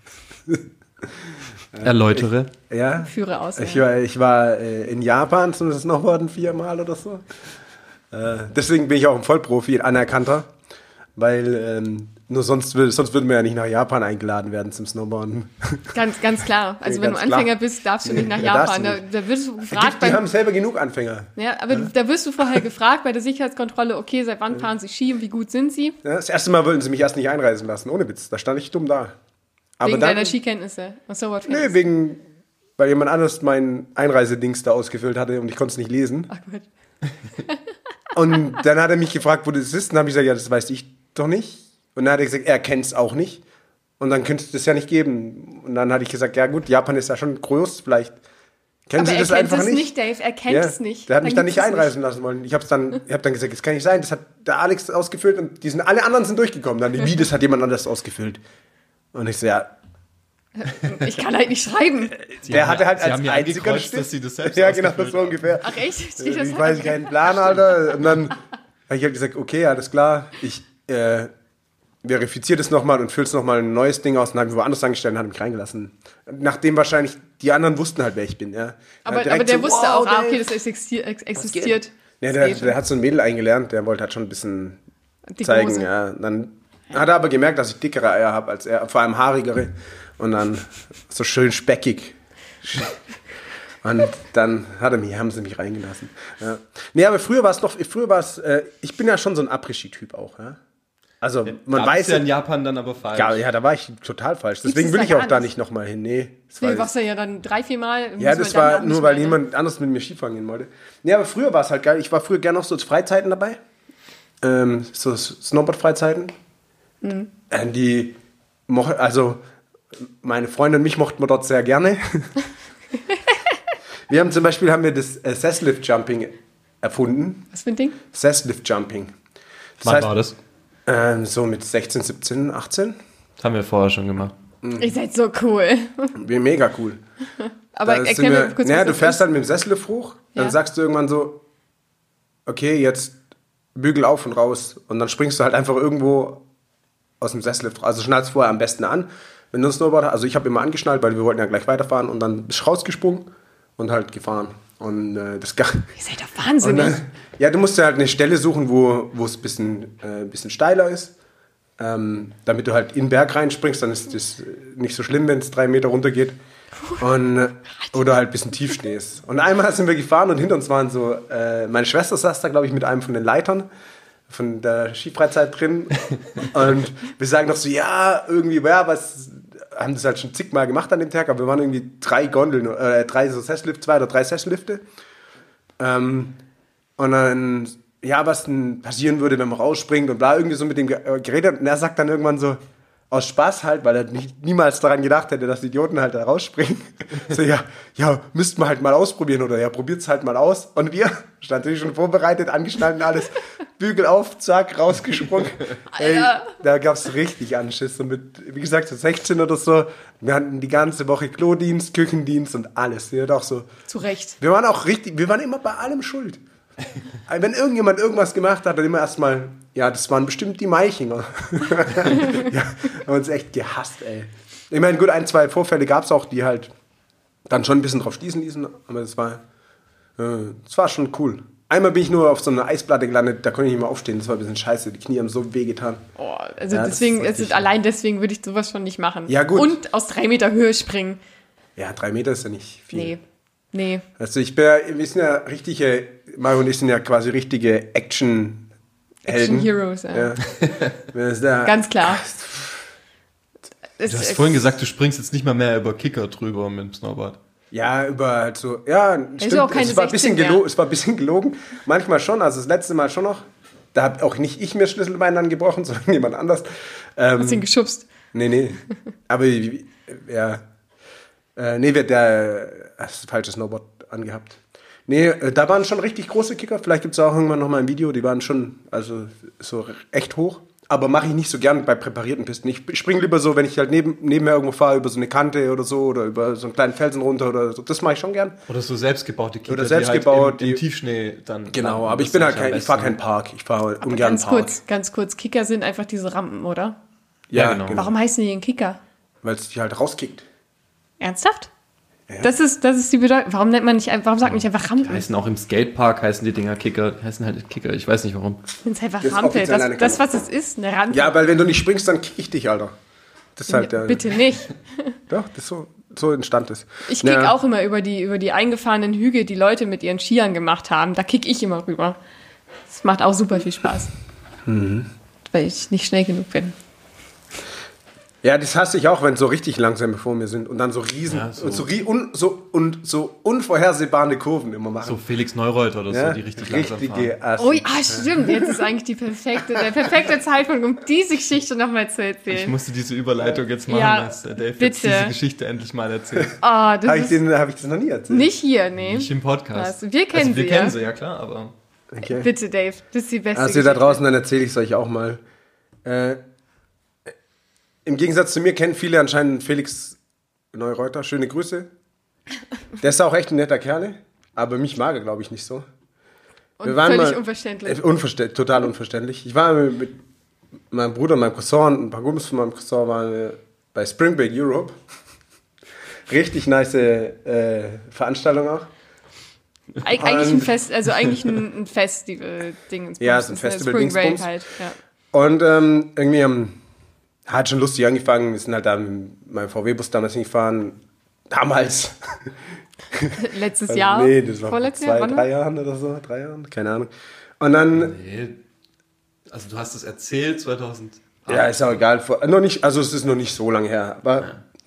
Erläutere. Ja. Führe aus. Ich war in Japan zum Snowboarden 4-mal oder so. Deswegen bin ich auch ein Vollprofi, anerkannter. Weil nur sonst würden wir ja nicht nach Japan eingeladen werden zum Snowboarden. Ganz klar. Also wenn du Anfänger bist, darfst du nicht nach Japan. Da wirst du gefragt. Die haben selber genug Anfänger. Ja, aber da wirst du vorher gefragt bei der Sicherheitskontrolle, okay, seit wann fahren Sie Ski und wie gut sind Sie? Ja, das erste Mal wollten sie mich erst nicht einreisen lassen, ohne Witz. Da stand ich dumm da. Aber wegen deiner Skikenntnisse? Nee, weil jemand anders mein Einreisedings da ausgefüllt hatte und ich konnte es nicht lesen. Ach gut. Und dann hat er mich gefragt, wo das ist. Und dann habe ich gesagt, ja, das weiß ich doch nicht. Und dann hat er gesagt, er kennt es auch nicht. Und dann könnte es das ja nicht geben. Und dann hatte ich gesagt, ja gut, Japan ist ja schon groß, vielleicht kennen Sie das einfach nicht. Er kennt es nicht, Dave, er kennt es nicht. Der hat mich dann nicht einreisen lassen wollen. Ich habe dann gesagt, das kann nicht sein, das hat der Alex ausgefüllt und alle anderen sind durchgekommen. Dann, wie, das hat jemand anders ausgefüllt. Und ich so, ja. Ich kann halt nicht schreiben. Der hatte halt als ja einziger Stift. Dass sie das selbst ja, genau, das so ungefähr. Ach echt? Ich weiß keinen Plan, Alter. Und dann habe ich halt gesagt, okay, alles klar, ich verifiziere das nochmal und fülle es nochmal ein neues Ding aus und habe mich woanders angestellt und hat mich reingelassen. Nachdem wahrscheinlich die anderen wussten halt, wer ich bin. Ja. Aber der so, wusste auch, Dave, okay, das existiert. Ja, der hat so ein Mädel eingelernt, der wollte halt schon ein bisschen zeigen. Ja. Dann hat er aber gemerkt, dass ich dickere Eier habe als er, vor allem haarigere. Und dann so schön speckig. Und dann haben sie mich reingelassen. Ja. Nee, aber früher war es, ich bin ja schon so ein Après-Ski-Typ auch. Ja. Also man weiß ja in Japan dann aber falsch. Ja, da war ich total falsch. Deswegen will ich auch da nicht nochmal hin. Nee, warst du ja dann 3-4 Mal. Ja, das war nur, weil niemand anders mit mir Skifahren gehen wollte. Nee, aber früher war es halt geil. Ich war früher gerne noch so zu Freizeiten dabei. So Snowboard-Freizeiten. Mhm. Also meine Freundin und mich mochten wir dort sehr gerne. Wir haben das Sesslift-Jumping erfunden. Was für ein Ding? Sesslift-Jumping. Wann war das? So mit 16, 17, 18. Das haben wir vorher schon gemacht. Ihr seid so cool. Mega cool. Aber erklär mir kurz, du fährst dann mit dem Sesslift hoch, dann sagst du irgendwann so, okay, jetzt Bügel auf und raus. Und dann springst du halt einfach irgendwo aus dem Sesslift. Also schnallst vorher am besten an. Wenn du ein Snowboard hast, also ich habe immer angeschnallt, weil wir wollten ja gleich weiterfahren und dann bist du rausgesprungen und halt gefahren. Und das Ihr seid doch wahnsinnig. Ja, du musst ja halt eine Stelle suchen, wo es ein bisschen steiler ist. Damit du halt in den Berg reinspringst, dann ist das nicht so schlimm, wenn es 3 Meter runter geht. Oder halt ein bisschen Tiefschnee ist. Und einmal sind wir gefahren und hinter uns waren so, meine Schwester saß da, glaube ich, mit einem von den Leitern von der Skifreizeit drin. Und wir sagen noch so, ja, irgendwie, ja, haben das halt schon zigmal gemacht an dem Tag, aber wir waren irgendwie 3 Gondeln, 3 so Sesslifte, 2 oder 3 Sesslifte. Und dann ja, was denn passieren würde, wenn man rausspringt und bla, irgendwie so mit dem geredet. Und er sagt dann irgendwann so, aus Spaß halt, weil er niemals daran gedacht hätte, dass Idioten halt da rausspringen. So, ja, müssten wir halt mal ausprobieren oder ja, probiert's halt mal aus. Und wir, stand natürlich schon vorbereitet, angeschnallt und alles, Bügel auf, zack, rausgesprungen. Ey, da gab's richtig Anschiss. Und mit, wie gesagt, so 16 oder so. Wir hatten die ganze Woche Klodienst, Küchendienst und alles. Wir hatten auch so. Zu Recht. Wir waren immer bei allem schuld. Wenn irgendjemand irgendwas gemacht hat, dann immer erstmal, ja, das waren bestimmt die Meichinger. Ja, haben uns echt gehasst, ey. Ich meine, gut, 1, 2 Vorfälle gab es auch, die halt dann schon ein bisschen drauf schließen ließen, aber das war schon cool. Einmal bin ich nur auf so einer Eisplatte gelandet, da konnte ich nicht mehr aufstehen, das war ein bisschen scheiße, die Knie haben so wehgetan. Oh, also ja, allein deswegen würde ich sowas schon nicht machen. Ja, gut. Und aus 3 Meter Höhe springen. Ja, 3 Meter ist ja nicht viel. Nee. Also wir sind ja richtige, Mario und ich sind ja quasi richtige Action Heroes, ja. Ja. Ganz klar. Du hast vorhin gesagt, du springst jetzt nicht mal mehr über Kicker drüber mit dem Snowboard. Ja, über halt so, ja, stimmt. Auch keine es war ein bisschen gelogen. Manchmal schon, also das letzte Mal schon noch. Da habe auch nicht ich mir Schlüsselbein dann gebrochen, sondern jemand anders. Hast ihn geschubst? Nee. Aber ja. Der hat das falsche Snowboard angehabt. Nee, da waren schon richtig große Kicker. Vielleicht gibt es auch irgendwann noch mal ein Video. Die waren schon, also so echt hoch. Aber mache ich nicht so gern bei präparierten Pisten. Ich springe lieber so, wenn ich halt nebenher irgendwo fahre, über so eine Kante oder so oder über so einen kleinen Felsen runter oder so. Das mache ich schon gern. Oder so selbstgebaute Kicker, oder selbstgebaut, die halt im Tiefschnee dann. Genau, aber ich fahre keinen Park. Ich fahre ungern Park. Ganz kurz, Kicker sind einfach diese Rampen, oder? Ja, genau. Warum heißen die denn Kicker? Weil es dich halt rauskickt. Ernsthaft? Ja. Das ist die Bedeutung. Warum sagt man nicht einfach Rampe? Die heißen auch im Skatepark, heißen die Dinger Kicker. Die heißen halt Kicker, ich weiß nicht warum. Das ist einfach Rampe. Das, was es ist, eine Rampe. Ja, weil wenn du nicht springst, dann kick ich dich, Alter. Das ist halt Bitte nicht. Doch, das ist so entstand es. Ich kick auch immer über die eingefahrenen Hügel, die Leute mit ihren Skiern gemacht haben. Da kick ich immer rüber. Das macht auch super viel Spaß. Weil ich nicht schnell genug bin. Ja, das hasse ich auch, wenn so richtig langsam vor mir sind und dann so riesen und so unvorhersehbare Kurven immer machen. So Felix Neureuth oder so, die richtig langsam fahren. Oh ja, stimmt. Jetzt ist eigentlich der perfekte Zeitpunkt, um diese Geschichte nochmal zu erzählen. Ich musste diese Überleitung jetzt machen, dass der Dave jetzt diese Geschichte endlich mal erzählt. Habe ich das noch nie erzählt? Nicht hier, nee. Nicht im Podcast. Also, wir kennen sie, ja klar, aber... Okay. Bitte, Dave, das ist die beste Geschichte. Da draußen, dann erzähle ich es euch auch mal. Im Gegensatz zu mir kennen viele anscheinend Felix Neureuter. Schöne Grüße. Der ist auch echt ein netter Kerl, aber mich mag er, glaube ich, nicht so. Und völlig unverständlich. Total unverständlich. Ich war mit meinem Bruder, meinem Cousin und ein paar Kumpels von meinem Cousin waren wir bei Spring Break Europe. Richtig nice Veranstaltung auch. Eigentlich ein Fest, also eigentlich ein Festival-Ding. Ja, es ist ein Festival-Ding. Spring Break halt, ja. Und irgendwie hat schon lustig angefangen. Wir sind halt da mit meinem VW-Bus damals hingefahren. Damals. Letztes Jahr? Nee, das war vor 3 Jahren oder so. 3 Jahren? Keine Ahnung. Und dann... Nee. Also du hast es erzählt 2008. Ja, ist auch egal. Es ist noch nicht so lange her. Aber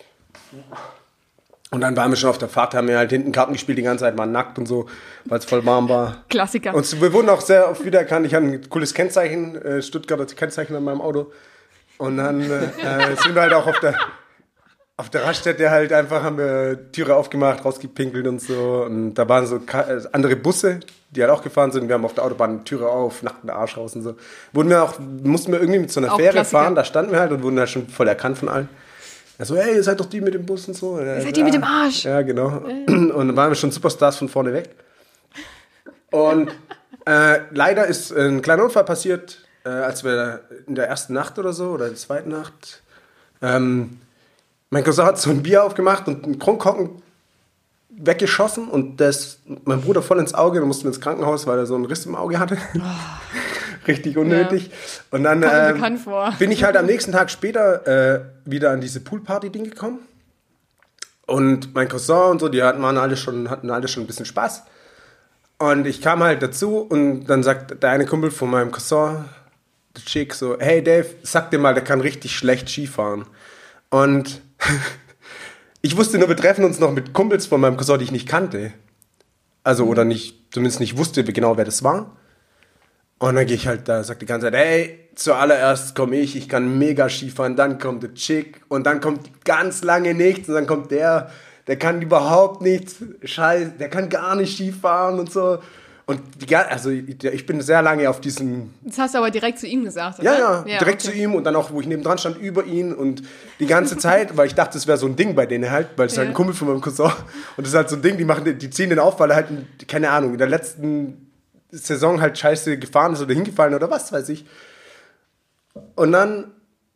Und dann waren wir schon auf der Fahrt, haben wir halt hinten Karten gespielt, die ganze Zeit, waren nackt und so, weil es voll warm war. Klassiker. Und wir wurden auch sehr oft wiedererkannt. Ich hatte ein cooles Kennzeichen, Stuttgarter Kennzeichen an meinem Auto. Und dann sind wir halt auch auf der Raststätte halt einfach, haben wir Türe aufgemacht, rausgepinkelt und so. Und da waren so andere Busse, die halt auch gefahren sind. Wir haben auf der Autobahn Türe auf, nackten Arsch raus und so. Mussten wir irgendwie mit so einer auch Fähre Klassiker. fahren, da standen wir halt und wurden halt schon voll erkannt von allen. Also, hey, ihr seid doch die mit dem Bus und so. Ihr seid die mit dem Arsch. Ja, genau. Und dann waren wir schon Superstars von vorne weg. Und leider ist ein kleiner Unfall passiert, als wir in der ersten Nacht oder so, oder der zweiten Nacht, mein Cousin hat so ein Bier aufgemacht und einen Kronkorken weggeschossen und mein Bruder voll ins Auge, dann mussten wir ins Krankenhaus, weil er so einen Riss im Auge hatte. Oh. Richtig unnötig. Ja. Und dann bin ich halt am nächsten Tag später wieder an diese Poolparty-Ding gekommen. Und mein Cousin und so, die hatten alle schon ein bisschen Spaß. Und ich kam halt dazu und dann sagt der eine Kumpel von meinem Cousin, der Chick, so, hey Dave, sag dir mal, der kann richtig schlecht Skifahren. Und ich wusste nur, wir treffen uns noch mit Kumpels von meinem Cousin, die ich nicht kannte. Also, oder nicht, zumindest nicht wusste genau, wer das war. Und dann gehe ich halt da, sagt die ganze Zeit, hey, zuallererst komme ich kann mega Skifahren, dann kommt der Chick und dann kommt ganz lange nichts und dann kommt der kann überhaupt nichts, Scheiße, der kann gar nicht Skifahren und so. Und ich bin sehr lange auf diesem... Das hast du aber direkt zu ihm gesagt, oder? Ja, direkt zu ihm und dann auch, wo ich nebendran stand, über ihn und die ganze Zeit, weil ich dachte, das wäre so ein Ding bei denen halt, weil es halt ein Kumpel von meinem Cousin und das ist halt so ein Ding, die ziehen den auf, weil er halt, keine Ahnung, in der letzten Saison halt scheiße gefahren ist oder hingefallen oder was weiß ich. Und dann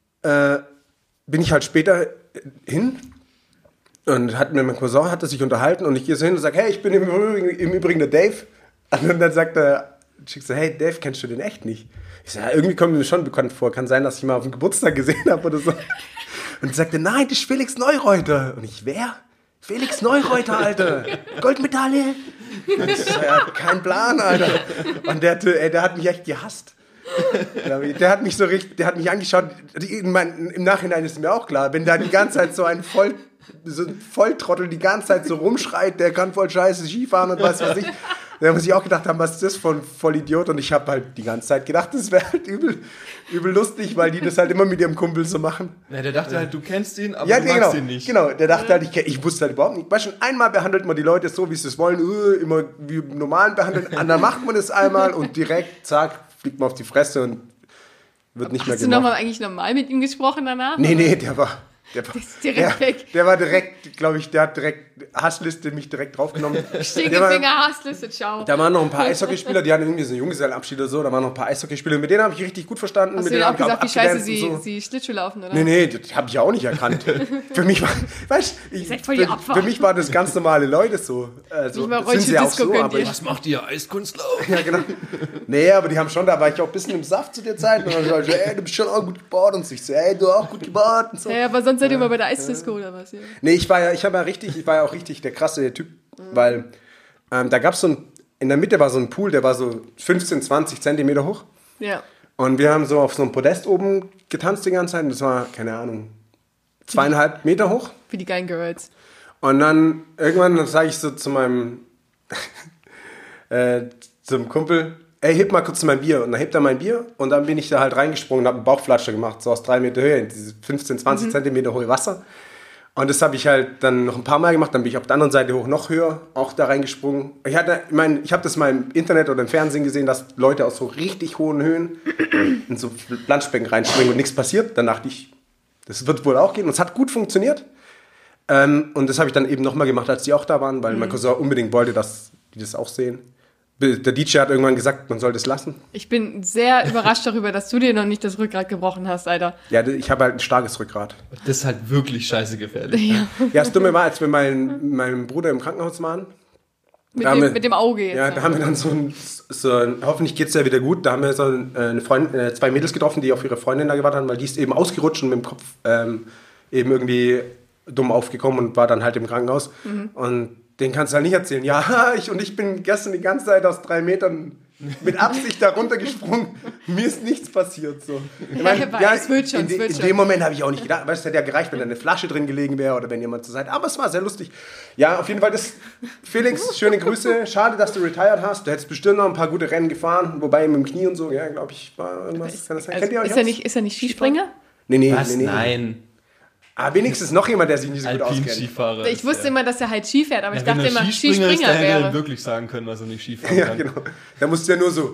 bin ich halt später hin und mein Cousin hat sich unterhalten und ich gehe so hin und sage, hey, ich bin im Übrigen der Dave. Und dann sagt der Chick so, hey, Dave, kennst du den echt nicht? Ich sage, ja, irgendwie kommt mir schon bekannt vor. Kann sein, dass ich ihn mal auf dem Geburtstag gesehen habe oder so. Und sagte, nein, das ist Felix Neureuter. Und ich, wer? Felix Neureuter, Alter. Goldmedaille. Und ich so, ja, kein Plan, Alter. Und der hat mich echt gehasst. Der hat mich angeschaut. Im Nachhinein ist mir auch klar, wenn da die ganze Zeit so ein Volltrottel die ganze Zeit so rumschreit, der kann voll scheiße Skifahren und was weiß ich. Da muss ich auch gedacht haben, was ist das für ein Vollidiot? Und ich habe halt die ganze Zeit gedacht, das wäre halt übel lustig, weil die das halt immer mit ihrem Kumpel so machen. Ja, der dachte halt, du kennst ihn, aber du magst ihn nicht. Genau, der dachte halt, ich wusste halt überhaupt nicht. Weißt du, einmal behandelt man die Leute so, wie sie es wollen, immer wie normalen behandeln. Und dann macht man es einmal und direkt, zack, fliegt man auf die Fresse und wird nicht mehr gemacht. Hast du nochmal eigentlich normal mit ihm gesprochen danach? Nee, der war direkt weg. Der war direkt, glaube ich, der hat direkt Hassliste mich direkt draufgenommen. Stinkefinger, Hassliste, ciao. Da waren noch ein paar Eishockeyspieler, die hatten irgendwie so einen Junggesellenabschied oder so, da waren noch ein paar Eishockeyspieler, mit denen habe ich richtig gut verstanden. Hast mit du denen dir auch gesagt, wie scheiße so. sie Schlittschuh laufen, oder? Nee, das habe ich ja auch nicht erkannt. Für mich war, für mich waren das ganz normale Leute so. Also, sind sie auch so, aber was macht ihr, Eiskunstlauf? Ja, genau. Nee, aber die haben schon, da war ich auch ein bisschen im Saft zu der Zeit und dann habe ich gesagt, ey, du bist schon auch gut gebaut und ich so, ey, du auch gut gebaut und so. Ja, aber sonst seid ihr immer bei der Eisdisco oder was? Ja. Nee, ich war ja auch richtig der krasse Typ, weil da gab es in der Mitte war so ein Pool, der war so 15, 20 Zentimeter hoch. Ja. Und wir haben so auf so einem Podest oben getanzt die ganze Zeit und das war, keine Ahnung, 2,5 Meter hoch. Für die geilen Girls. Und dann irgendwann sage ich so zu meinem zum Kumpel, ey, heb mal kurz mein Bier. Und dann hebt er mein Bier und dann bin ich da halt reingesprungen und habe einen Bauchflatscher gemacht, so aus 3 Meter Höhe, in diese 15, 20 Zentimeter hohe Wasser. Und das habe ich halt dann noch ein paar Mal gemacht, dann bin ich auf der anderen Seite hoch noch höher, auch da reingesprungen. Ich habe das mal im Internet oder im Fernsehen gesehen, dass Leute aus so richtig hohen Höhen in so Planschbecken reinspringen und nichts passiert. Dann dachte ich, das wird wohl auch gehen. Und es hat gut funktioniert. Und das habe ich dann eben nochmal gemacht, als die auch da waren, weil mein Cousin unbedingt wollte, dass die das auch sehen. Der DJ hat irgendwann gesagt, man soll das lassen. Ich bin sehr überrascht darüber, dass du dir noch nicht das Rückgrat gebrochen hast, Alter. Ja, ich habe halt ein starkes Rückgrat. Das ist halt wirklich scheiße gefährlich. Ja, das Dumme war, als wir meinem Bruder im Krankenhaus waren. Mit dem Auge jetzt. Ja, da haben wir dann so ein hoffentlich geht's ja wieder gut, da haben wir so zwei Mädels getroffen, die auf ihre Freundin da gewartet haben, weil die ist eben ausgerutscht und mit dem Kopf eben irgendwie dumm aufgekommen und war dann halt im Krankenhaus. Und den kannst du halt nicht erzählen. Ja, ich bin gestern die ganze Zeit aus 3 Metern mit Absicht da runtergesprungen. Mir ist nichts passiert. So. Ich meine, es wird schon. In dem Moment habe ich auch nicht gedacht, weißt du, es hätte ja gereicht, wenn da eine Flasche drin gelegen wäre oder wenn jemand zur Seite. Aber es war sehr lustig. Ja, auf jeden Fall, Felix, schöne Grüße. Schade, dass du retired hast. Du hättest bestimmt noch ein paar gute Rennen gefahren. Wobei mit dem Knie und so, ja, glaube ich, war irgendwas. Kann das sein? Kennt ihr euch ist er nicht Skispringer? Nee. Nein. Ah, wenigstens noch jemand, der sich nicht so gut auskennt. Skifahrer. Ich wusste immer, dass er halt Ski fährt, aber ich dachte immer, Skispringer wäre. Hätte er wirklich sagen können, was er nicht Skifahren Ja, kann. genau. Da musst du ja nur so...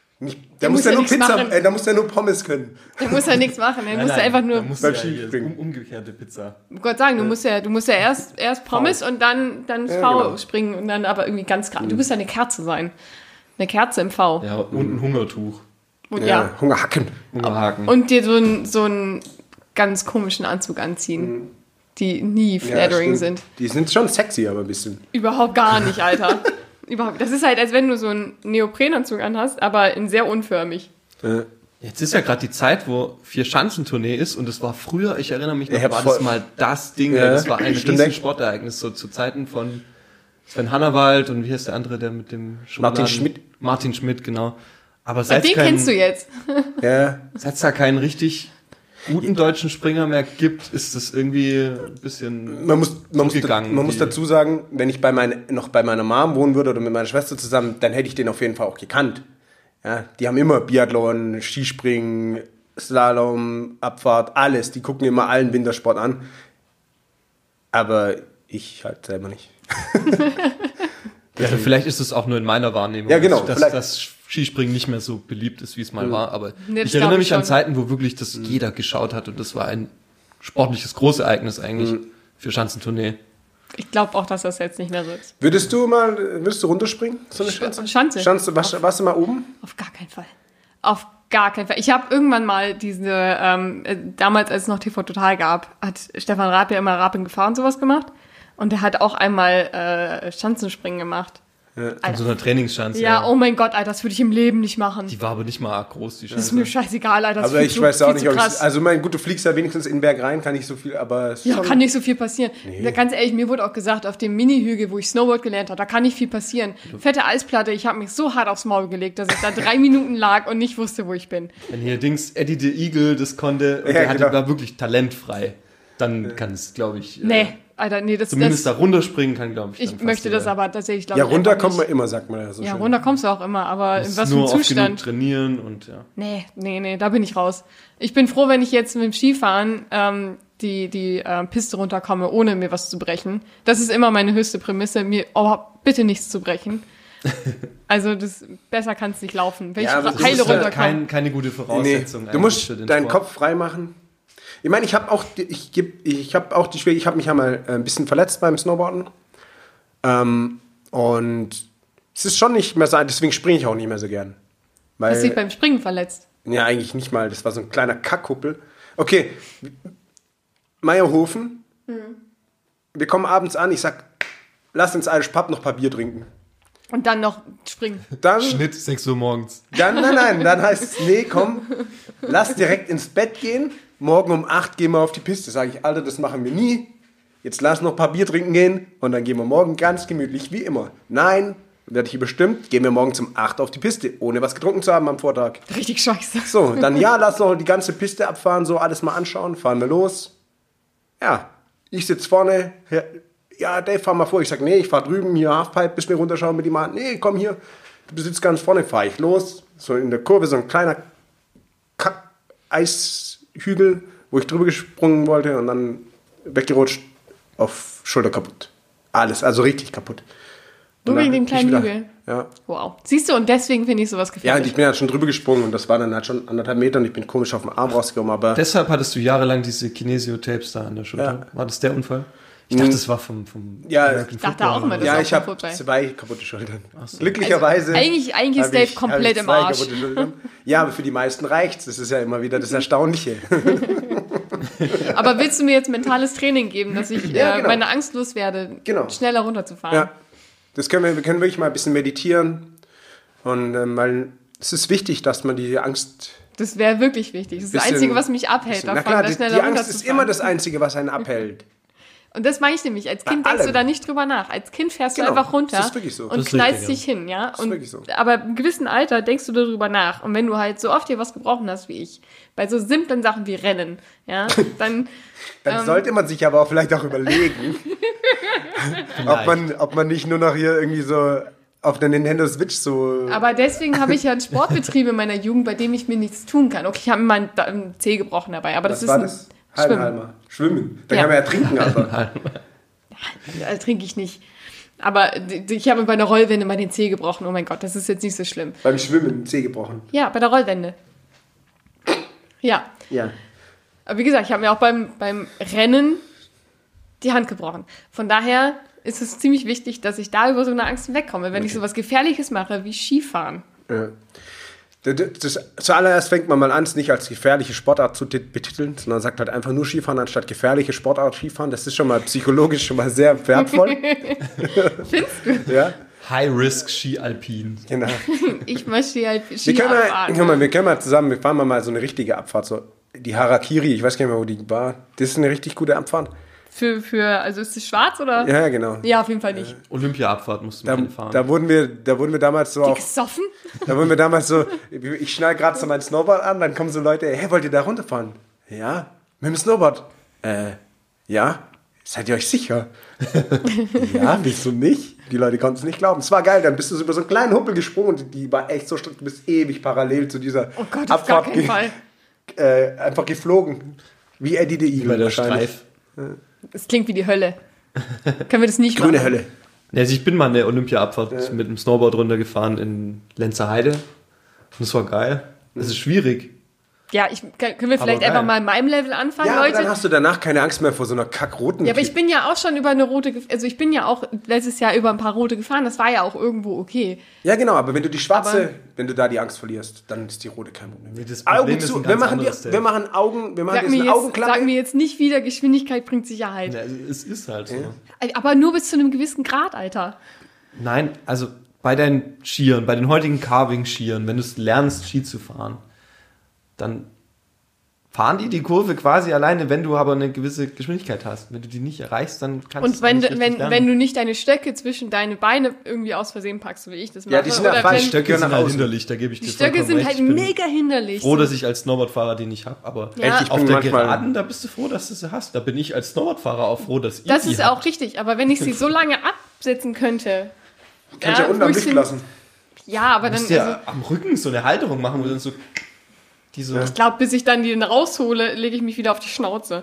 Da muss ja nur Pizza, da muss ja nur Pommes können. Da muss ja nichts machen, er muss ja einfach nur... beim Skispringen. Umgekehrte Pizza. Gott sagen, du musst ja erst Pommes und dann V springen und dann aber irgendwie ganz gerade. Du bist ja eine Kerze sein. Eine Kerze im V. Ja, und ein Hungertuch. Und ja. Hungerhaken. Und dir so einen ganz komischen Anzug anziehen, die nie flattering sind. Die sind schon sexy, aber ein bisschen. Überhaupt gar nicht, Alter. Überhaupt. Das ist halt, als wenn du so einen Neoprenanzug anhast, aber in sehr unförmig. Jetzt ist ja gerade die Zeit, wo 4-Schanzentournee ist und das war früher, ich erinnere mich noch, war voll. das mal das Ding, Ja, das war ein stimmt. riesen Sportereignis, so zu Zeiten von Sven Hannawald und wie heißt der andere, der mit dem Schubladen? Martin Schmidt, genau. Aber Den kennst du jetzt. Ja. Seit es da keinen richtig guten deutschen Springer mehr gibt, ist das irgendwie ein bisschen Man muss dazu sagen, wenn ich noch bei meiner Mom wohnen würde oder mit meiner Schwester zusammen, dann hätte ich den auf jeden Fall auch gekannt. Ja, die haben immer Biathlon, Skispringen, Slalom, Abfahrt, alles. Die gucken immer allen Wintersport an. Aber ich halt selber nicht. Ja, vielleicht ist es auch nur in meiner Wahrnehmung, Ja, genau, dass vielleicht. das Skispringen nicht mehr so beliebt ist, wie es mal war. Aber Nee, das ich erinnere glaub mich ich an schon. Zeiten, wo wirklich das jeder geschaut hat und das war ein sportliches Großereignis eigentlich für Schanzentournee. Ich glaube auch, dass das jetzt nicht mehr so ist. Würdest du runterspringen? So eine Schanze? Schanze? Schanze, warst du mal oben? Auf gar keinen Fall. Auf gar keinen Fall. Ich habe irgendwann mal damals als es noch TV Total gab, hat Stefan Raab ja immer Raab in Gefahr und sowas gemacht. Und der hat auch einmal Schanzenspringen gemacht. In so einer Trainingsschanze. Ja, oh mein Gott, Alter, das würde ich im Leben nicht machen. Die war aber nicht mal arg groß, die Das ist Schanze. mir scheißegal, Alter. Das Aber ist ich viel weiß zu, auch viel nicht, zu ob ich, krass. also mein gut, du fliegst ja wenigstens in den Berg rein, kann nicht so viel, aber es ist Ja, schon, kann nicht so viel passieren. Da, ganz ehrlich, mir wurde auch gesagt, auf dem Mini-Hügel, wo ich Snowboard gelernt habe, da kann nicht viel passieren. Fette Eisplatte, ich habe mich so hart aufs Maul gelegt, dass ich da 3 Minuten lag und nicht wusste, wo ich bin. Wenn hier Eddie the Eagle das konnte und Ja, der genau. war wirklich talentfrei, dann kann es, glaube ich, Nee, Alter, nee, das zumindest das, da runterspringen kann, glaube ich. ich dann möchte fast das jeder. aber tatsächlich, glaube ja, ich, runter einfach kommt nicht. man immer, sagt man ja so Ja, schön. runter kommst du auch immer, aber in was für einem nur oft genug Zustand? trainieren und ja. Nee, da bin ich raus. Ich bin froh, wenn ich jetzt mit dem Skifahren die Piste runterkomme, ohne mir was zu brechen. Das ist immer meine höchste Prämisse, mir bitte nichts zu brechen. Also besser kann es nicht laufen. Wenn Ja, aber ich das heile ist halt runterkomme. keine gute Nee, Voraussetzung. du eigentlich musst für den deinen Sport. Kopf frei machen. Ich meine, ich habe auch die Schwierigkeit, ich habe mich ja mal ein bisschen verletzt beim Snowboarden. Und es ist schon nicht mehr so, deswegen springe ich auch nicht mehr so gern. Weil, Hast dich beim Springen verletzt? ja, eigentlich nicht mal, das war so ein kleiner Kackkuppel. Okay, Meierhofen, wir kommen abends an, ich sag, lass uns Irish Pub noch ein paar Bier trinken. Und dann noch springen. Dann, Schnitt 6 Uhr morgens. nein, dann heißt es, nee, komm, lass direkt ins Bett gehen, morgen um 8 gehen wir auf die Piste. Sage ich, Alter, das machen wir nie. Jetzt lass noch ein paar Bier trinken gehen und dann gehen wir morgen ganz gemütlich wie immer. Nein, werde ich hier bestimmt, gehen wir morgen um 8 auf die Piste, ohne was getrunken zu haben am Vortag. Richtig scheiße. So, dann ja, lass noch die ganze Piste abfahren, so alles mal anschauen, fahren wir los. Ja, ich sitze vorne, ja, Dave, fahr mal vor. Ich sag, nee, ich fahr drüben, hier Halfpipe, bis wir runterschauen mit ihm an. Nee, komm hier, du sitzt ganz vorne, fahr ich los. So in der Kurve, so ein kleiner Eishügel, wo ich drüber gesprungen wollte und dann weggerutscht, auf Schulter kaputt. Alles, also richtig kaputt. Nur Und wegen dann dem kleinen ich wieder- Hügel. Ja. Wow. Siehst du, und deswegen finde ich sowas Ja, und gefährlich. ich bin halt schon drüber gesprungen und das war dann halt schon 1,5 Meter und ich bin komisch auf den Arm rausgekommen, aber Deshalb hattest du jahrelang diese Kinesio-Tapes da an der Schulter. Ja. War das der Unfall? Ich dachte, das war vom Ja, American ich dachte Football auch immer, oder das ja, ist ich auch habe Football. 2 kaputte Schultern. Glücklicherweise. Eigentlich ist hab Dave komplett hab im 2 Arsch. kaputte Schultern. Ja, aber für die meisten reicht's. Das ist ja immer wieder das Erstaunliche. Aber willst du mir jetzt mentales Training geben, dass ich Ja, genau. meine Angst loswerde, Genau. schneller runterzufahren? Ja, wir können wirklich mal ein bisschen meditieren. Und weil es ist wichtig, dass man die Angst. Das wäre wirklich wichtig. Das ist das Bisschen- Einzige, was mich abhält, Na davon, klar, da die schneller Angst ist runterzufahren. immer das Einzige, was einen abhält. Und das meine ich nämlich. Als Kind Bei denkst du allem. da nicht drüber nach. Als Kind fährst Genau, du einfach runter das ist wirklich so. und Das ist knallst richtig, dich hin, ja. ist Und, wirklich so. aber im gewissen Alter denkst du darüber nach. Und wenn du halt so oft dir was gebrochen hast wie ich, bei so simplen Sachen wie Rennen, ja, dann Dann sollte man sich aber auch vielleicht auch überlegen, ob man nicht nur noch hier irgendwie so auf der Nintendo Switch so. Aber deswegen habe ich ja einen Sportbetrieb in meiner Jugend, bei dem ich mir nichts tun kann. Okay, ich habe mir meinen Zeh gebrochen dabei, aber das Was ist war ein das? Schwimmen. Heidenheimer. Schwimmen. Da Ja. kann man ja trinken, aber. Trinke ich nicht. Aber ich habe bei der Rollwende mal den Zeh gebrochen. Oh mein Gott, das ist jetzt nicht so schlimm. Beim Schwimmen den Zeh gebrochen. Ja, bei der Rollwende. Ja. Ja. Aber wie gesagt, ich habe mir auch beim Rennen die Hand gebrochen. Von daher ist es ziemlich wichtig, dass ich da über so eine Angst hinwegkomme, wenn ich sowas Gefährliches mache wie Skifahren. Ja. Zuallererst fängt man mal an, es nicht als gefährliche Sportart zu betiteln, sondern sagt halt einfach nur Skifahren anstatt gefährliche Sportart Skifahren. Das ist schon mal psychologisch schon mal sehr wertvoll. Findest du? Ja, High-Risk Ski Alpin. genau. Ich möchte halt Wir Ski können, abfahren. wir können mal zusammen, wir fahren mal so eine richtige Abfahrt. So die Harakiri, ich weiß gar nicht mehr, wo die war. Das ist eine richtig gute Abfahrt. Also ist es schwarz oder? Ja, genau. Ja, auf jeden Fall nicht. Olympia-Abfahrt musste man fahren. Da wurden wir damals so auch, Gesoffen? da wurden wir damals so, ich schnall gerade so mein Snowboard an, dann kommen so Leute, hey, wollt ihr da runterfahren? Ja, mit dem Snowboard. Ja. Seid ihr euch sicher? Ja, wieso nicht? Die Leute konnten es nicht glauben. Es war geil, dann bist du über so einen kleinen Huppel gesprungen und die war echt so strikt, du bist ewig parallel zu dieser Oh Gott, auf gar keinen Fall. Einfach geflogen. Wie Eddie the Eagle Bei der wahrscheinlich. Streif. Es klingt wie die Hölle. Können wir das nicht Grüne machen? Hölle. Ja, also ich bin mal eine Olympia-Abfahrt mit dem Snowboard runtergefahren in Lenzerheide. Und das war geil. Das ist schwierig. Ja, können wir vielleicht geil. einfach mal in meinem Level anfangen, Ja, aber Leute? dann hast du danach keine Angst mehr vor so einer kackroten Ja, aber ich bin ja auch schon über eine rote, also ich bin ja auch letztes Jahr über ein paar rote gefahren, das war ja auch irgendwo okay. Ja, genau, aber wenn du die schwarze, wenn du da die Angst verlierst, dann ist die rote kein Problem. Das Problem Augen ist zu, ein wir ganz machen, anderes wir machen Augen, wir machen jetzt eine Augenklappe. Sag mir jetzt nicht wieder, Geschwindigkeit bringt Sicherheit. Ja, es ist halt so. Aber nur bis zu einem gewissen Grad, Alter. Nein, also bei deinen Skiern, bei den heutigen Carving-Skiern, wenn du es lernst, Ski zu fahren, dann fahren die Kurve quasi alleine, wenn du aber eine gewisse Geschwindigkeit hast. Wenn du die nicht erreichst, dann kannst du Und es nicht richtig lernen. wenn du nicht deine Stöcke zwischen deine Beine irgendwie aus Versehen packst, so wie ich das mache. Ja, die sind ja oder falsch. wenn, Stöcke sind nach halt außen. hinderlich, da gebe ich dir die Stöcke vollkommen sind recht. halt Ich bin mega hinderlich. froh, dass ich als Snowboardfahrer die nicht habe, aber Ja. Echt, ich auf bin der manchmal, Geraden, da bist du froh, dass du sie hast. Da bin ich als Snowboardfahrer auch froh, dass ihr Das die ist habt. auch richtig, aber wenn ich sie so lange absetzen könnte. Kannst du ja unten am wo ich Licht sie- lassen. Ja, aber Du dann, musst ja also, am Rücken so eine Halterung machen, wo dann so diese... ich glaube, bis ich dann die raushole, lege ich mich wieder auf die Schnauze.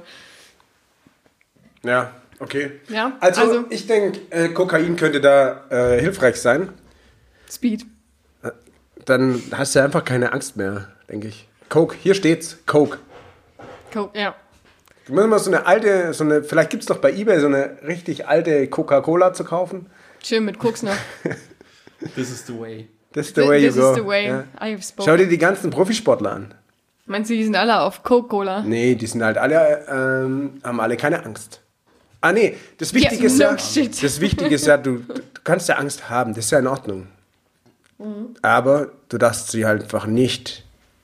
Ja, okay. Ja, Also ich denke, Kokain könnte da hilfreich sein. Speed. Dann hast du einfach keine Angst mehr, denke ich. Coke, hier steht's, Coke. Ja. Wir müssen mal so eine alte, vielleicht gibt es doch bei eBay so eine richtig alte Coca-Cola zu kaufen. Schön mit Koks noch. This is the way. That's the way you This go. is the way Ja. I have spoken. Schau dir die ganzen Profisportler an. Meinst du, die sind alle auf Coca-Cola? Nee, die sind halt alle, haben alle keine Angst. Ah nee, das Wichtige Ja, ist ja, no shit. das Wichtige ist ja, du kannst ja Angst haben, das ist ja in Ordnung. Aber du darfst sie halt einfach nicht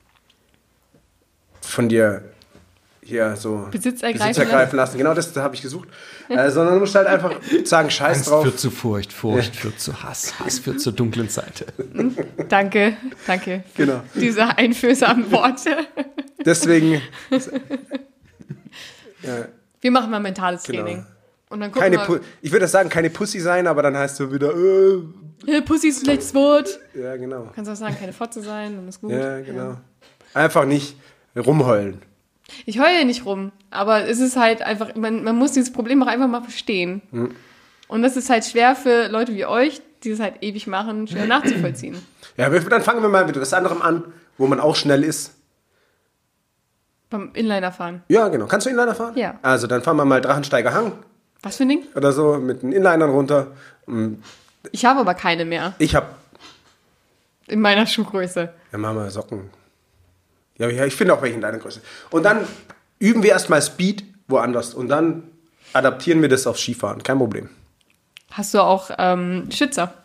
von dir hier so Besitz ergreifen lassen. Genau das habe ich gesucht. Sondern du musst halt einfach sagen, scheiß Angst drauf. führt zu Furcht, Furcht führt zu Hass, Hass führt zur dunklen Seite. Danke. Genau. Diese einfühlsamen Worte. Deswegen Wir machen mal mentales Genau. Training. Und dann gucken ich würde sagen, keine Pussy sein, aber dann heißt du wieder, wir, Pussy ist ein schlechtes Wort. ja genau. Kannst auch sagen, keine Fotze sein, dann ist gut. Ja, genau. Einfach nicht rumheulen. Ich heule nicht rum, aber es ist halt einfach, man muss dieses Problem auch einfach mal verstehen. Und das ist halt schwer für Leute wie euch, die es halt ewig machen, schwer nachzuvollziehen. Ja, dann fangen wir mal mit etwas anderem an, wo man auch schnell ist. Beim Inliner fahren. Ja, genau. Kannst du Inliner fahren? Ja. Also dann fahren wir mal Drachensteiger Hang Was für ein Ding? oder so mit den Inlinern runter. Ich habe aber keine mehr Ich habe, in meiner Schuhgröße. ja, machen wir Socken. Ja, ich finde auch welche in deiner Größe. Und dann üben wir erstmal Speed woanders und dann adaptieren wir das aufs Skifahren. Kein Problem. Hast du auch Schützer?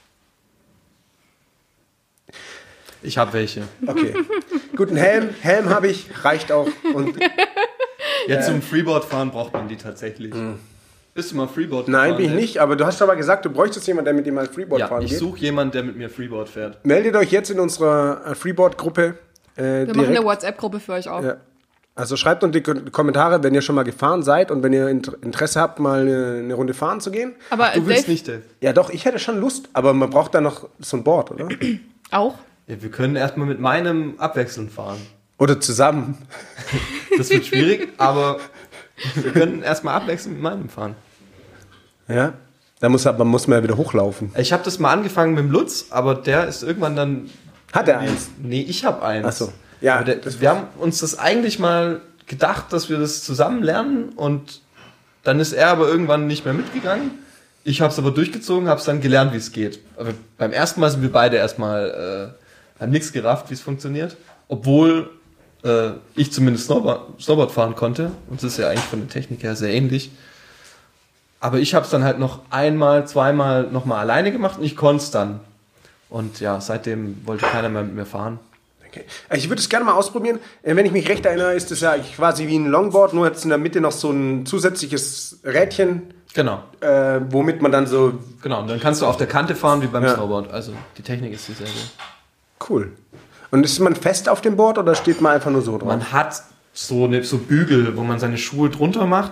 Ich habe welche. Okay. Gut, einen Helm habe ich, reicht auch. Und Ja, zum Freeboard-Fahren braucht man die tatsächlich. Bist du mal Freeboard nein, gefahren, bin ich Dave? nicht, aber du hast aber gesagt, du bräuchtest jemanden, der mit dir mal Freeboard Ja, fahren ich geht. suche jemanden, der mit mir Freeboard fährt. Meldet euch jetzt in unserer Freeboard-Gruppe. Wir machen eine WhatsApp-Gruppe für euch auf. Ja. Also schreibt uns die Kommentare, wenn ihr schon mal gefahren seid und wenn ihr Interesse habt, mal eine Runde fahren zu gehen. Aber Du willst Dave nicht, Dave. Ja doch, ich hätte schon Lust, aber man braucht da noch so ein Board, oder? auch? Ja, wir können erstmal mit meinem abwechselnd fahren. Oder zusammen. Das wird schwierig, aber wir können erstmal abwechselnd mit meinem fahren. Ja. Da muss man ja wieder hochlaufen. Ich habe das mal angefangen mit dem Lutz, aber der ist irgendwann dann... Hat er eins? Nee, ich habe eins. Ach so. Ja, Aber wir haben uns das eigentlich mal gedacht, dass wir das zusammen lernen und dann ist er aber irgendwann nicht mehr mitgegangen. Ich habe es aber durchgezogen, habe es dann gelernt, wie es geht. Aber beim ersten Mal sind wir beide erstmal, haben nichts gerafft, wie es funktioniert. Obwohl ich zumindest Snowboard fahren konnte. Und das ist ja eigentlich von der Technik her sehr ähnlich. Aber ich habe es dann halt noch einmal, zweimal nochmal alleine gemacht und ich konnte es dann. Und ja, seitdem wollte keiner mehr mit mir fahren. Okay. Ich würde es gerne mal ausprobieren. Wenn ich mich recht erinnere, ist das ja quasi wie ein Longboard, nur jetzt in der Mitte noch so ein zusätzliches Rädchen, Genau. womit man dann so... Genau, und dann kannst du auf der Kante fahren wie beim Ja. Snowboard. Also die Technik ist dieselbe. Cool. Und ist man fest auf dem Board oder steht man einfach nur so drauf? Man hat so Bügel, wo man seine Schuhe drunter macht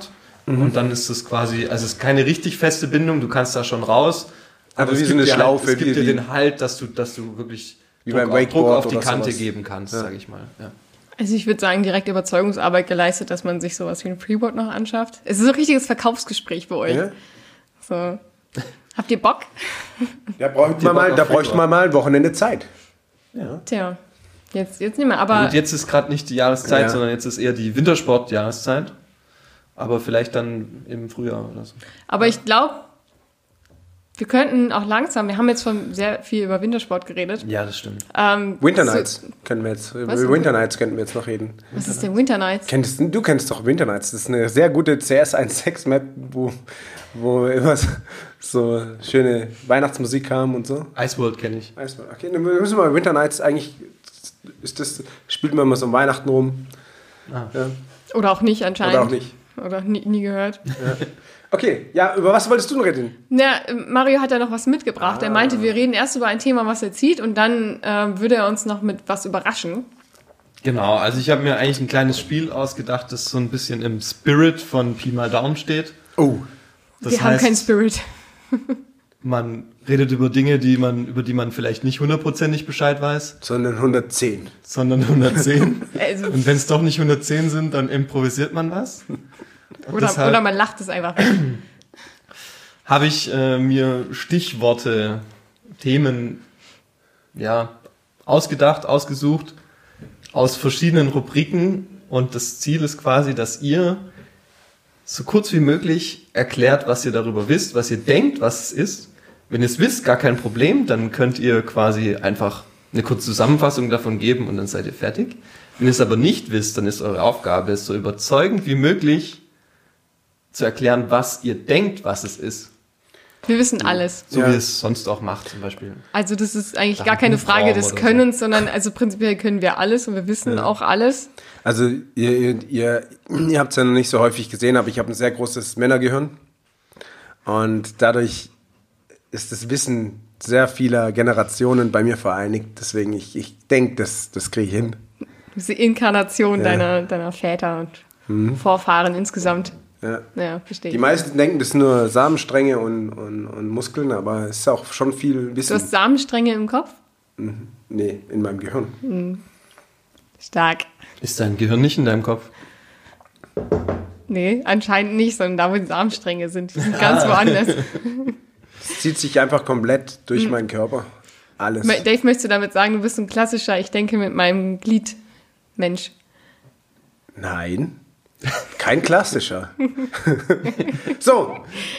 Und dann ist es quasi, also es ist keine richtig feste Bindung, du kannst da schon raus. Aber es wie so gibt eine dir Schlaufe, Halt, es gibt wie dir die- den Halt, dass du wirklich Wie beim Druck Wakeboard auf die oder Kante sowas. geben kannst, sage ich mal. Ja. Also ich würde sagen, direkt Überzeugungsarbeit geleistet, dass man sich sowas wie ein Freeboard noch anschafft. Es ist so ein richtiges Verkaufsgespräch bei euch. Ja? So. Habt ihr Bock? Da bräuchte man mal ein Wochenende Zeit. Tja, jetzt nicht mehr. Aber Und jetzt ist gerade nicht die Jahreszeit, Ja. sondern jetzt ist eher die Wintersport-Jahreszeit. Aber vielleicht dann im Frühjahr oder so. Aber ich glaube, wir könnten auch langsam, wir haben jetzt schon sehr viel über Wintersport geredet. Ja, das stimmt. Winter Nights können wir jetzt, Was? über Winter Nights könnten wir jetzt noch reden. Was ist denn Winter Nights? Du kennst doch Winter Nights. Das ist eine sehr gute CS 1.6 Map, wo immer so schöne Weihnachtsmusik kam und so. Iceworld kenne ich. Okay, dann müssen wir Winter Nights eigentlich, spielt man immer so um Weihnachten rum. Ah. Ja. Oder auch nicht anscheinend. Oder auch nicht. Oder nie gehört. Okay, ja, über was wolltest du denn reden? Ja, Mario hat ja noch was mitgebracht. Er meinte, wir reden erst über ein Thema, was er zieht, und dann würde er uns noch mit was überraschen. Genau, also ich habe mir eigentlich ein kleines Spiel ausgedacht, das so ein bisschen im Spirit von Pi mal Daumen steht. Oh, Das wir haben keinen Spirit. man redet über Dinge, über die man vielleicht nicht hundertprozentig Bescheid weiß, sondern 110. sondern 110. Also, Und wenn es doch nicht 110 sind, dann improvisiert man was. oder man lacht es einfach weg. Habe ich mir Stichworte, Themen, ausgesucht aus verschiedenen Rubriken, und das Ziel ist quasi, dass ihr so kurz wie möglich erklärt, was ihr darüber wisst, was ihr denkt, was es ist. Wenn ihr es wisst, gar kein Problem, dann könnt ihr quasi einfach eine kurze Zusammenfassung davon geben und dann seid ihr fertig. Wenn ihr es aber nicht wisst, dann ist eure Aufgabe, es so überzeugend wie möglich zu erklären, was ihr denkt, was es ist. Wir wissen alles. So Ja. wie es sonst auch macht, zum Beispiel. Also das ist eigentlich Nach gar keine Frage Buchraum des oder so. Könnens, sondern also prinzipiell können wir alles und wir wissen auch alles. Also ihr habt es ja noch nicht so häufig gesehen, aber ich habe ein sehr großes Männergehirn. Und dadurch ist das Wissen sehr vieler Generationen bei mir vereinigt. Deswegen, ich denke, das kriege ich hin. Diese Inkarnation deiner Väter und Vorfahren insgesamt. Ja. Ja, verstehe Die ich. meisten denken, das sind nur Samenstränge und Muskeln, aber es ist auch schon viel Du Wissen. hast Samenstränge im Kopf? Nee, in meinem Gehirn. Stark. Ist dein Gehirn nicht in deinem Kopf? Nee, anscheinend nicht, sondern da, wo die Samenstränge sind. Die sind ganz woanders. Es zieht sich einfach komplett durch meinen Körper. Alles. Dave, möchtest du damit sagen, du bist ein klassischer, ich denke mit meinem Glied Mensch? Nein, kein klassischer. So,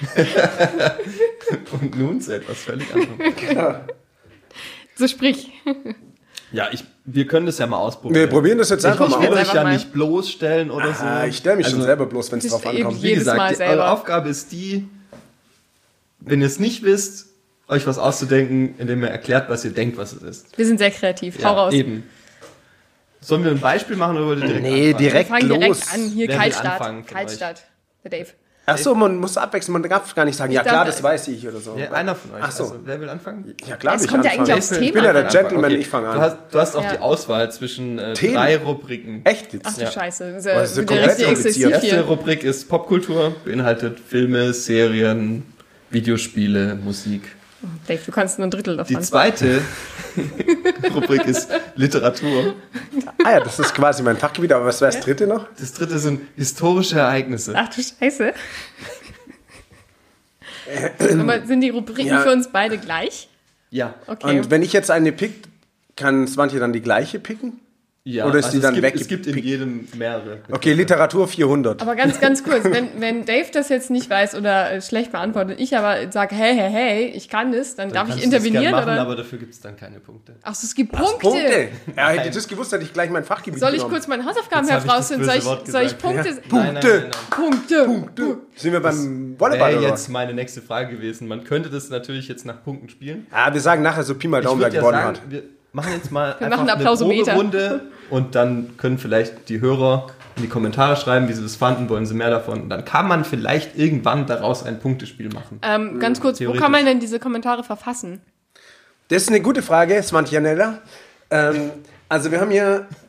Und nun zu etwas völlig anderem. So sprich. Ja, wir können das ja mal ausprobieren. wir probieren das jetzt einfach Ich mal will aus. euch einfach ja mal. nicht bloßstellen oder so. Ich stelle mich schon Also, selber bloß, wenn es Das drauf ist eben ankommt. Wie jedes Mal gesagt, selber. eure Aufgabe ist die, wenn ihr es nicht wisst, euch was auszudenken, indem ihr erklärt, was ihr denkt, was es ist. Wir sind sehr kreativ. Hau raus. Eben. Sollen wir ein Beispiel machen oder wollt ihr direkt Nee, anfangen? Wir direkt fangen direkt los. an. Hier Wer will Kaltstart. anfangen von Kaltstart. Der Dave. Achso, man muss abwechseln, man darf gar nicht sagen, ja darf- klar, das weiß ich oder so. Ja, einer von euch. Ach so. Also, wer will anfangen? Ja klar, Es ich kommt ja anfangen. eigentlich aufs Ich bin Thema ja der an. Gentleman, Okay. ich fange an. Du hast auch Ja. die Auswahl zwischen Themen. 3 Rubriken. Echt jetzt? Ach du Ja. Scheiße. Das das ist ja der komplett richtige kompliziert. Die Exzessiv erste hier. Rubrik ist Popkultur, beinhaltet Filme, Serien, Videospiele, Musik. Dave, du kannst nur ein Drittel Die davon. zweite Rubrik ist Literatur. Ah ja, das ist quasi mein Fachgebiet, aber was wäre das dritte noch? Das dritte sind historische Ereignisse. Ach du Scheiße. Aber sind die Rubriken Ja. für uns beide gleich? Ja. Okay. Und wenn ich jetzt eine pick, kann Swantje dann die gleiche picken? Ja, Oder ist die dann es gibt in weggepickt? jedem mehrere. Okay, Literatur 400. Aber ganz kurz, wenn Dave das jetzt nicht weiß oder schlecht beantwortet, ich aber sage, hey, ich kann das, dann darf ich Kannst du das intervenieren? gern machen, oder? aber dafür gibt es dann keine Punkte. Ach so, es gibt Punkte. Punkte! Ja, hätte ich das gewusst, hätte ich gleich mein Fachgebiet Soll ich genommen. kurz meine Hausaufgaben Jetzt hab ich das herausfinden? böse Wort Soll ich gesagt. Punkte? Ja. Nein. Punkte. Sind wir beim Volleyball Wäre oder? jetzt meine nächste Frage gewesen. Man könnte das natürlich jetzt nach Punkten spielen. Ja, wir sagen nachher so Pi mal Daumen, wer Ich würd gewonnen ja hat. sagen, wir machen jetzt mal Wir einfach machen eine Applausometer. Proberunde und dann können vielleicht die Hörer in die Kommentare schreiben, wie sie das fanden, wollen sie mehr davon. Und dann kann man vielleicht irgendwann daraus ein Punktespiel machen. Ganz kurz, wo Theoretisch. kann man denn diese Kommentare verfassen? Das ist eine gute Frage, Swantjanella. Also wir haben hier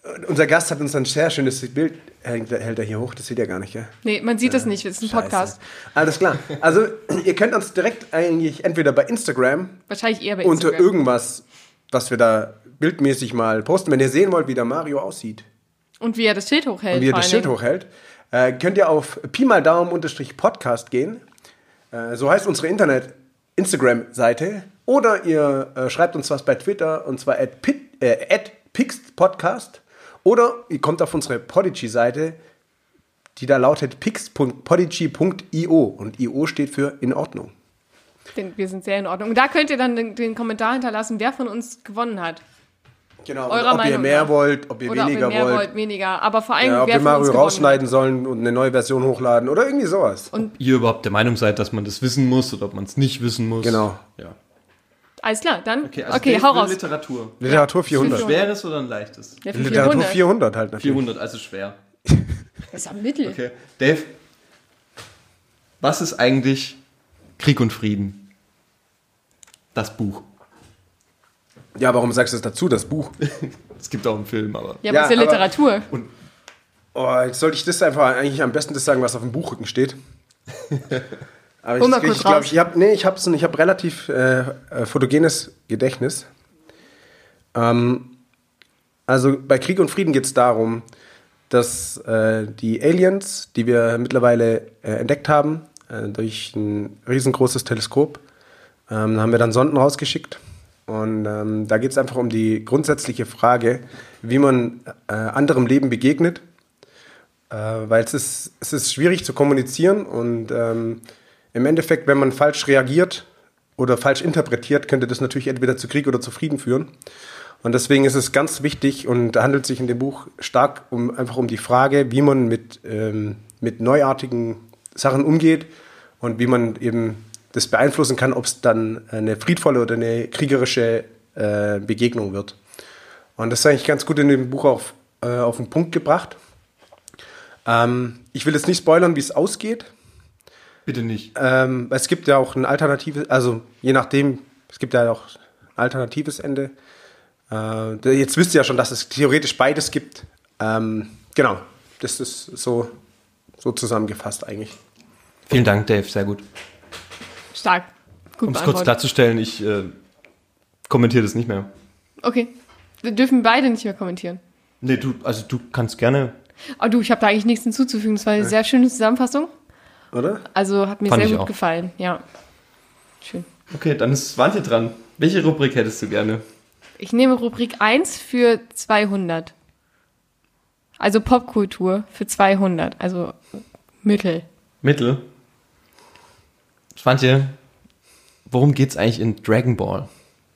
unser Gast hat uns ein sehr schönes Bild, hält er hier hoch, das sieht er gar nicht, gell? Nee, man sieht das nicht, es ist ein Podcast. Alles klar. Also, ihr könnt uns direkt eigentlich entweder bei Instagram, Wahrscheinlich eher bei Instagram. unter irgendwas, was wir da bildmäßig mal posten, wenn ihr sehen wollt, wie der Mario aussieht. Und wie er das Schild hochhält. Und wie er das Schild hochhält, könnt ihr auf Pi mal Daumen-Podcast gehen. So heißt unsere Instagram-Seite. Oder ihr schreibt uns was bei Twitter, und zwar @pixpodcast. Oder ihr kommt auf unsere Podigy-Seite, die da lautet pix.podigy.io. Und IO steht für in Ordnung. Wir sind sehr in Ordnung. Und da könnt ihr dann den Kommentar hinterlassen, wer von uns gewonnen hat. Genau, Eurer ob Meinung ihr mehr nach. wollt, ob ihr Oder weniger ob ihr mehr wollt. weniger. Aber vor allem, Ja, ob wer wir von Mario uns gewonnen rausschneiden sollen und eine neue Version hochladen oder irgendwie sowas. Und Ihr überhaupt der Meinung seid, dass man das wissen muss oder ob man es nicht wissen muss. Genau. Ja. hat. Alles klar, dann. Okay, Okay, Dave hau will raus. Literatur. Literatur 400. Schwer. Schweres oder ein leichtes? Ja, für Literatur 400. 400 halt natürlich. 400, also schwer. Das ist am Mittel. Okay. Dave, was ist eigentlich Krieg und Frieden? Das Buch. Ja, warum sagst du es dazu, das Buch? Es gibt auch einen Film, aber... Ja, Ja, aber ist ja aber- Literatur. Oh, jetzt sollte ich das einfach eigentlich am besten das sagen, was auf dem Buchrücken steht. Aber Hol mal kurz glaub, raus. ich habe relativ fotogenes Gedächtnis. Also bei Krieg und Frieden geht es darum, dass die Aliens, die wir mittlerweile entdeckt haben, durch ein riesengroßes Teleskop, haben wir dann Sonden rausgeschickt. Und da geht es einfach um die grundsätzliche Frage, wie man anderem Leben begegnet. Weil es ist schwierig zu kommunizieren und im Endeffekt, wenn man falsch reagiert oder falsch interpretiert, könnte das natürlich entweder zu Krieg oder zu Frieden führen. Und deswegen ist es ganz wichtig und handelt sich in dem Buch stark einfach um die Frage, wie man mit neuartigen Sachen umgeht und wie man eben das beeinflussen kann, ob es dann eine friedvolle oder eine kriegerische Begegnung wird. Und das ist eigentlich ganz gut in dem Buch auf den Punkt gebracht. Ich will jetzt nicht spoilern, wie es ausgeht. Bitte nicht. Es gibt ja auch ein alternatives, also je nachdem, es gibt ja auch ein alternatives Ende. Jetzt wisst ihr ja schon, dass es theoretisch beides gibt. Genau, das ist so zusammengefasst eigentlich. Vielen Dank, Dave, sehr gut. Stark. Gut Um es kurz beantwortet. klarzustellen, ich kommentiere das nicht mehr. Okay. Wir dürfen beide nicht mehr kommentieren. Nee, du kannst gerne. Oh du, ich habe da eigentlich nichts hinzuzufügen. Das war eine sehr schöne Zusammenfassung. Oder? Also hat mir Fand sehr ich gut auch. gefallen. Ja. Schön. Okay, dann ist Swantje dran. Welche Rubrik hättest du gerne? Ich nehme Rubrik 1 für 200. Also Popkultur für 200. Also Mittel. Mittel. Swantje, worum geht's eigentlich in Dragon Ball?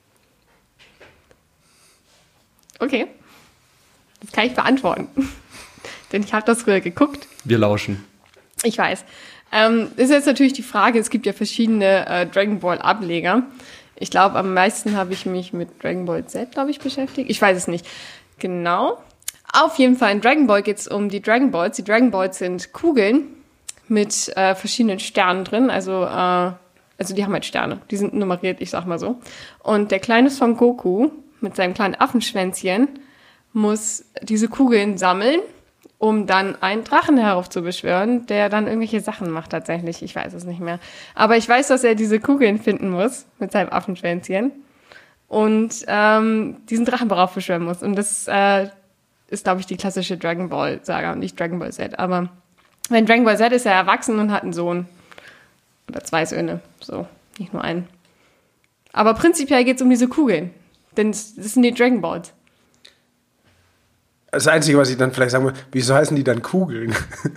Okay. Das kann ich beantworten. Denn ich habe das früher geguckt. Wir lauschen. Ich weiß. Ist jetzt natürlich die Frage, es gibt ja verschiedene Dragon Ball Ableger. Ich glaube, am meisten habe ich mich mit Dragon Ball Z, glaube ich, beschäftigt. Ich weiß es nicht. Genau. Auf jeden Fall in Dragon Ball geht es um die Dragon Balls. Die Dragon Balls sind Kugeln mit verschiedenen Sternen drin. Also die haben halt Sterne. Die sind nummeriert, ich sag mal so. Und der kleine Son Goku mit seinem kleinen Affenschwänzchen muss diese Kugeln sammeln, um dann einen Drachen heraufzubeschwören, der dann irgendwelche Sachen macht tatsächlich. Ich weiß es nicht mehr. Aber ich weiß, dass er diese Kugeln finden muss mit seinem Affenschwänzchen und diesen Drachen heraufbeschwören muss. Und das ist, glaube ich, die klassische Dragon Ball Saga und nicht Dragon Ball Z. Aber wenn Dragon Ball Z ist er erwachsen und hat einen Sohn. Oder 2 Söhne. So, nicht nur einen. Aber prinzipiell geht es um diese Kugeln. Denn das sind die Dragon Balls. Das Einzige, was ich dann vielleicht sagen will, wieso heißen die dann Kugeln?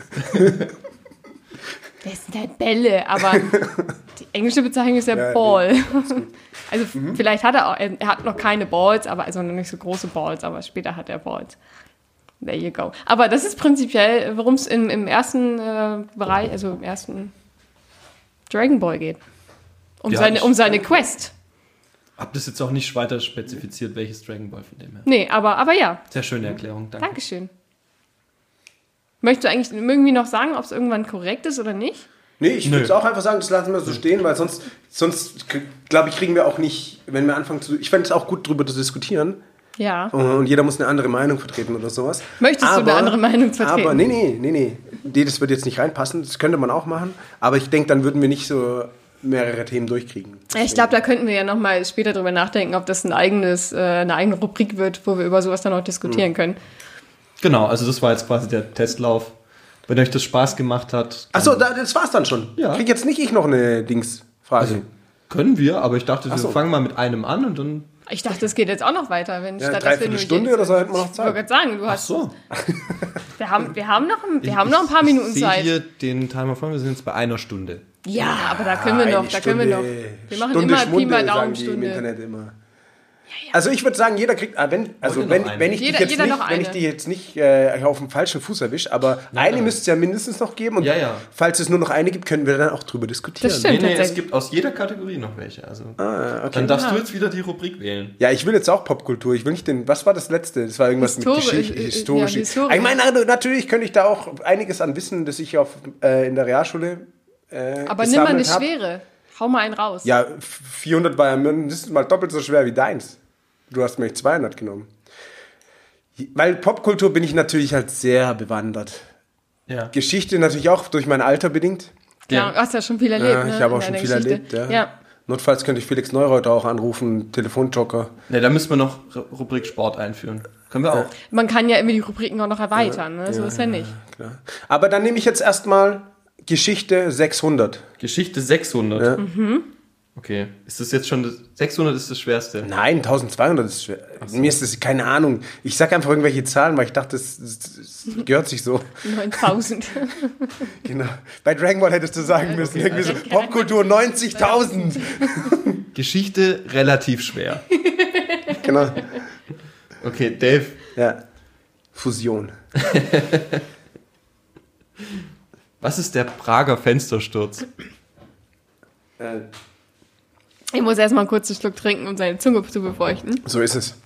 Das sind halt Bälle, aber die englische Bezeichnung ist ja Ball. Also vielleicht hat er hat noch keine Balls, aber also noch nicht so große Balls, aber später hat er Balls. There you go. Aber das ist prinzipiell, worum es im ersten Bereich, also im ersten Dragon Ball geht. Um seine Quest. Hab das jetzt auch nicht weiter spezifiziert, welches Dragon Ball von dem her. Nee, aber ja. Sehr schöne Erklärung, danke. Dankeschön. Möchtest du eigentlich irgendwie noch sagen, ob es irgendwann korrekt ist oder nicht? Nee, ich würde es auch einfach sagen, das lassen wir so stehen, weil sonst glaube ich, kriegen wir auch nicht, wenn wir anfangen zu... Ich fände es auch gut, darüber zu diskutieren, Ja. Und jeder muss eine andere Meinung vertreten oder sowas. Möchtest du eine andere Meinung vertreten? Aber nee. Das wird jetzt nicht reinpassen. Das könnte man auch machen. Aber ich denke, dann würden wir nicht so mehrere Themen durchkriegen. Ich glaube, da könnten wir ja nochmal später drüber nachdenken, ob das eine eigene Rubrik wird, wo wir über sowas dann auch diskutieren können. Genau, also das war jetzt quasi der Testlauf. Wenn euch das Spaß gemacht hat. Achso, das war's dann schon. Ja. Krieg jetzt nicht ich noch eine Dingsfrage. Also, können wir, aber ich dachte, wir so. fangen mal mit einem an und dann. Ich dachte, es geht jetzt auch noch weiter. Wenn, Ja, statt dass wir dreiviertel nur Stunde jetzt- oder so hätten wir noch Ich wollte Zeit. gerade sagen, du hast. so. Wir haben noch ein paar Minuten Ich sehe hier Zeit. den Timer vor, wir sind jetzt bei 1 Stunde. Ja, aber da können wir noch. Eine Da können wir noch. Stunde. Wir machen Stunde immer Pi Schmunde, mal sagen Daumen die im Stunde. Internet immer. Also ich würde sagen, jeder kriegt, wenn ich dich jetzt Jeder nicht, noch wenn ich eine. dich jetzt nicht auf dem falschen Fuß erwische, aber eine müsste es ja mindestens noch geben und Ja. falls es nur noch eine gibt, können wir dann auch drüber diskutieren. Das stimmt. Nee, es tatsächlich. gibt aus jeder Kategorie noch welche. Also Okay. dann darfst du jetzt wieder die Rubrik wählen. Ja, ich will jetzt auch Popkultur. Ich will nicht was war das letzte? Das war irgendwas mit Geschichte, historisch. ja, Historie. Ich meine, natürlich könnte ich da auch einiges an Wissen, das ich in der Realschule Aber nimm mal eine gesammelt hab. schwere. Hau mal einen raus. Ja, 400 war ja mindestens mal doppelt so schwer wie deins. Du hast mir 200 genommen. Weil Popkultur bin ich natürlich halt sehr bewandert. Ja. Geschichte natürlich auch durch mein Alter bedingt. Ja, du hast ja schon viel erlebt. Ja, ne, ich habe in auch schon deiner viel Geschichte. erlebt. Ja. Ja. Notfalls könnte ich Felix Neureuter auch anrufen, Telefonjoker. Ne, da müssen wir noch Rubrik Sport einführen. Können wir auch. Man kann ja immer die Rubriken auch noch erweitern. Ne? So ist ja nicht. Klar. Aber dann nehme ich jetzt erstmal Geschichte 600. Geschichte 600. Ja. Okay. Ist das jetzt schon 600 ist das Schwerste? Nein, 1200 ist schwer. Mir ist das keine Ahnung. Ich sag einfach irgendwelche Zahlen, weil ich dachte, das gehört sich so. 9000. Genau. Bei Dragon Ball hättest du sagen müssen, irgendwie so Popkultur 90.000. Geschichte relativ schwer. Genau. Okay, Dave. Ja. Fusion. Was ist der Prager Fenstersturz? Ich muss erstmal einen kurzen Schluck trinken, um seine Zunge zu befeuchten. So ist es.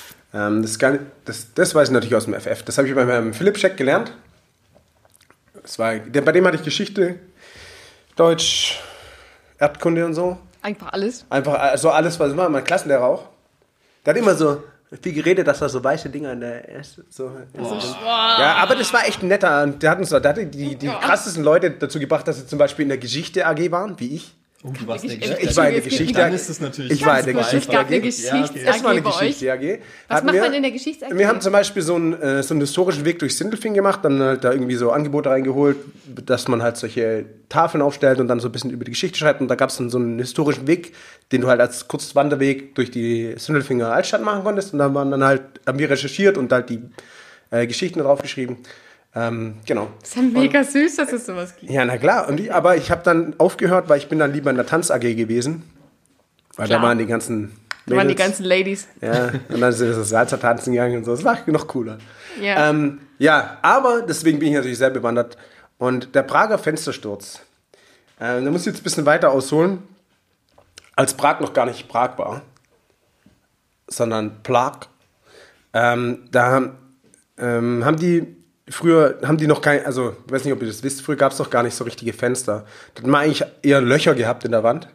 Das weiß ich natürlich aus dem FF. Das habe ich bei meinem Philipp Scheck gelernt. Bei dem hatte ich Geschichte, Deutsch, Erdkunde und so. Einfach alles. Einfach so alles, was war mein Klassenlehrer auch. Der hat immer so viel geredet, dass da so weiße Dinger in der ersten. So. Ja, aber das war echt ein netter. Und der hatte die krassesten Leute dazu gebracht, dass sie zum Beispiel in der Geschichte AG waren, wie ich. Oh, du warst eine Ich Ich war in der es gibt- Geschichte Dann AG. ist es natürlich Ich war in der Ganz kurz, es gab eine Geschichte Ja, okay. Geschichts-AG Das war eine bei euch. Geschichte AG. Was macht man in der Geschichts-AG? Wir haben zum Beispiel so einen historischen Weg durch Sindelfingen gemacht, dann halt da irgendwie so Angebote reingeholt, dass man halt solche Tafeln aufstellt und dann so ein bisschen über die Geschichte schreibt. Und da gab es dann so einen historischen Weg, den du halt als Kurzwanderweg durch die Sindelfinger Altstadt machen konntest. Und da haben wir recherchiert und halt die Geschichten drauf geschrieben. Genau. Das ist ja mega süß, dass es sowas gibt. Ja, na klar. Aber ich habe dann aufgehört, weil ich bin dann lieber in der Tanz AG gewesen. Weil Klar. da waren die ganzen Da waren die Mädels. ganzen Ladies. Ja, und dann sind wir so Salsa tanzen gegangen und so. Das war noch cooler. Ja. Ja, aber deswegen bin ich natürlich sehr bewandert. Und der Prager Fenstersturz, da muss ich jetzt ein bisschen weiter ausholen. Als Prag noch gar nicht Prag war, sondern Plag, da haben die noch kein, also ich weiß nicht, ob ihr das wisst, früher gab es noch gar nicht so richtige Fenster. Da hat man eigentlich eher Löcher gehabt in der Wand.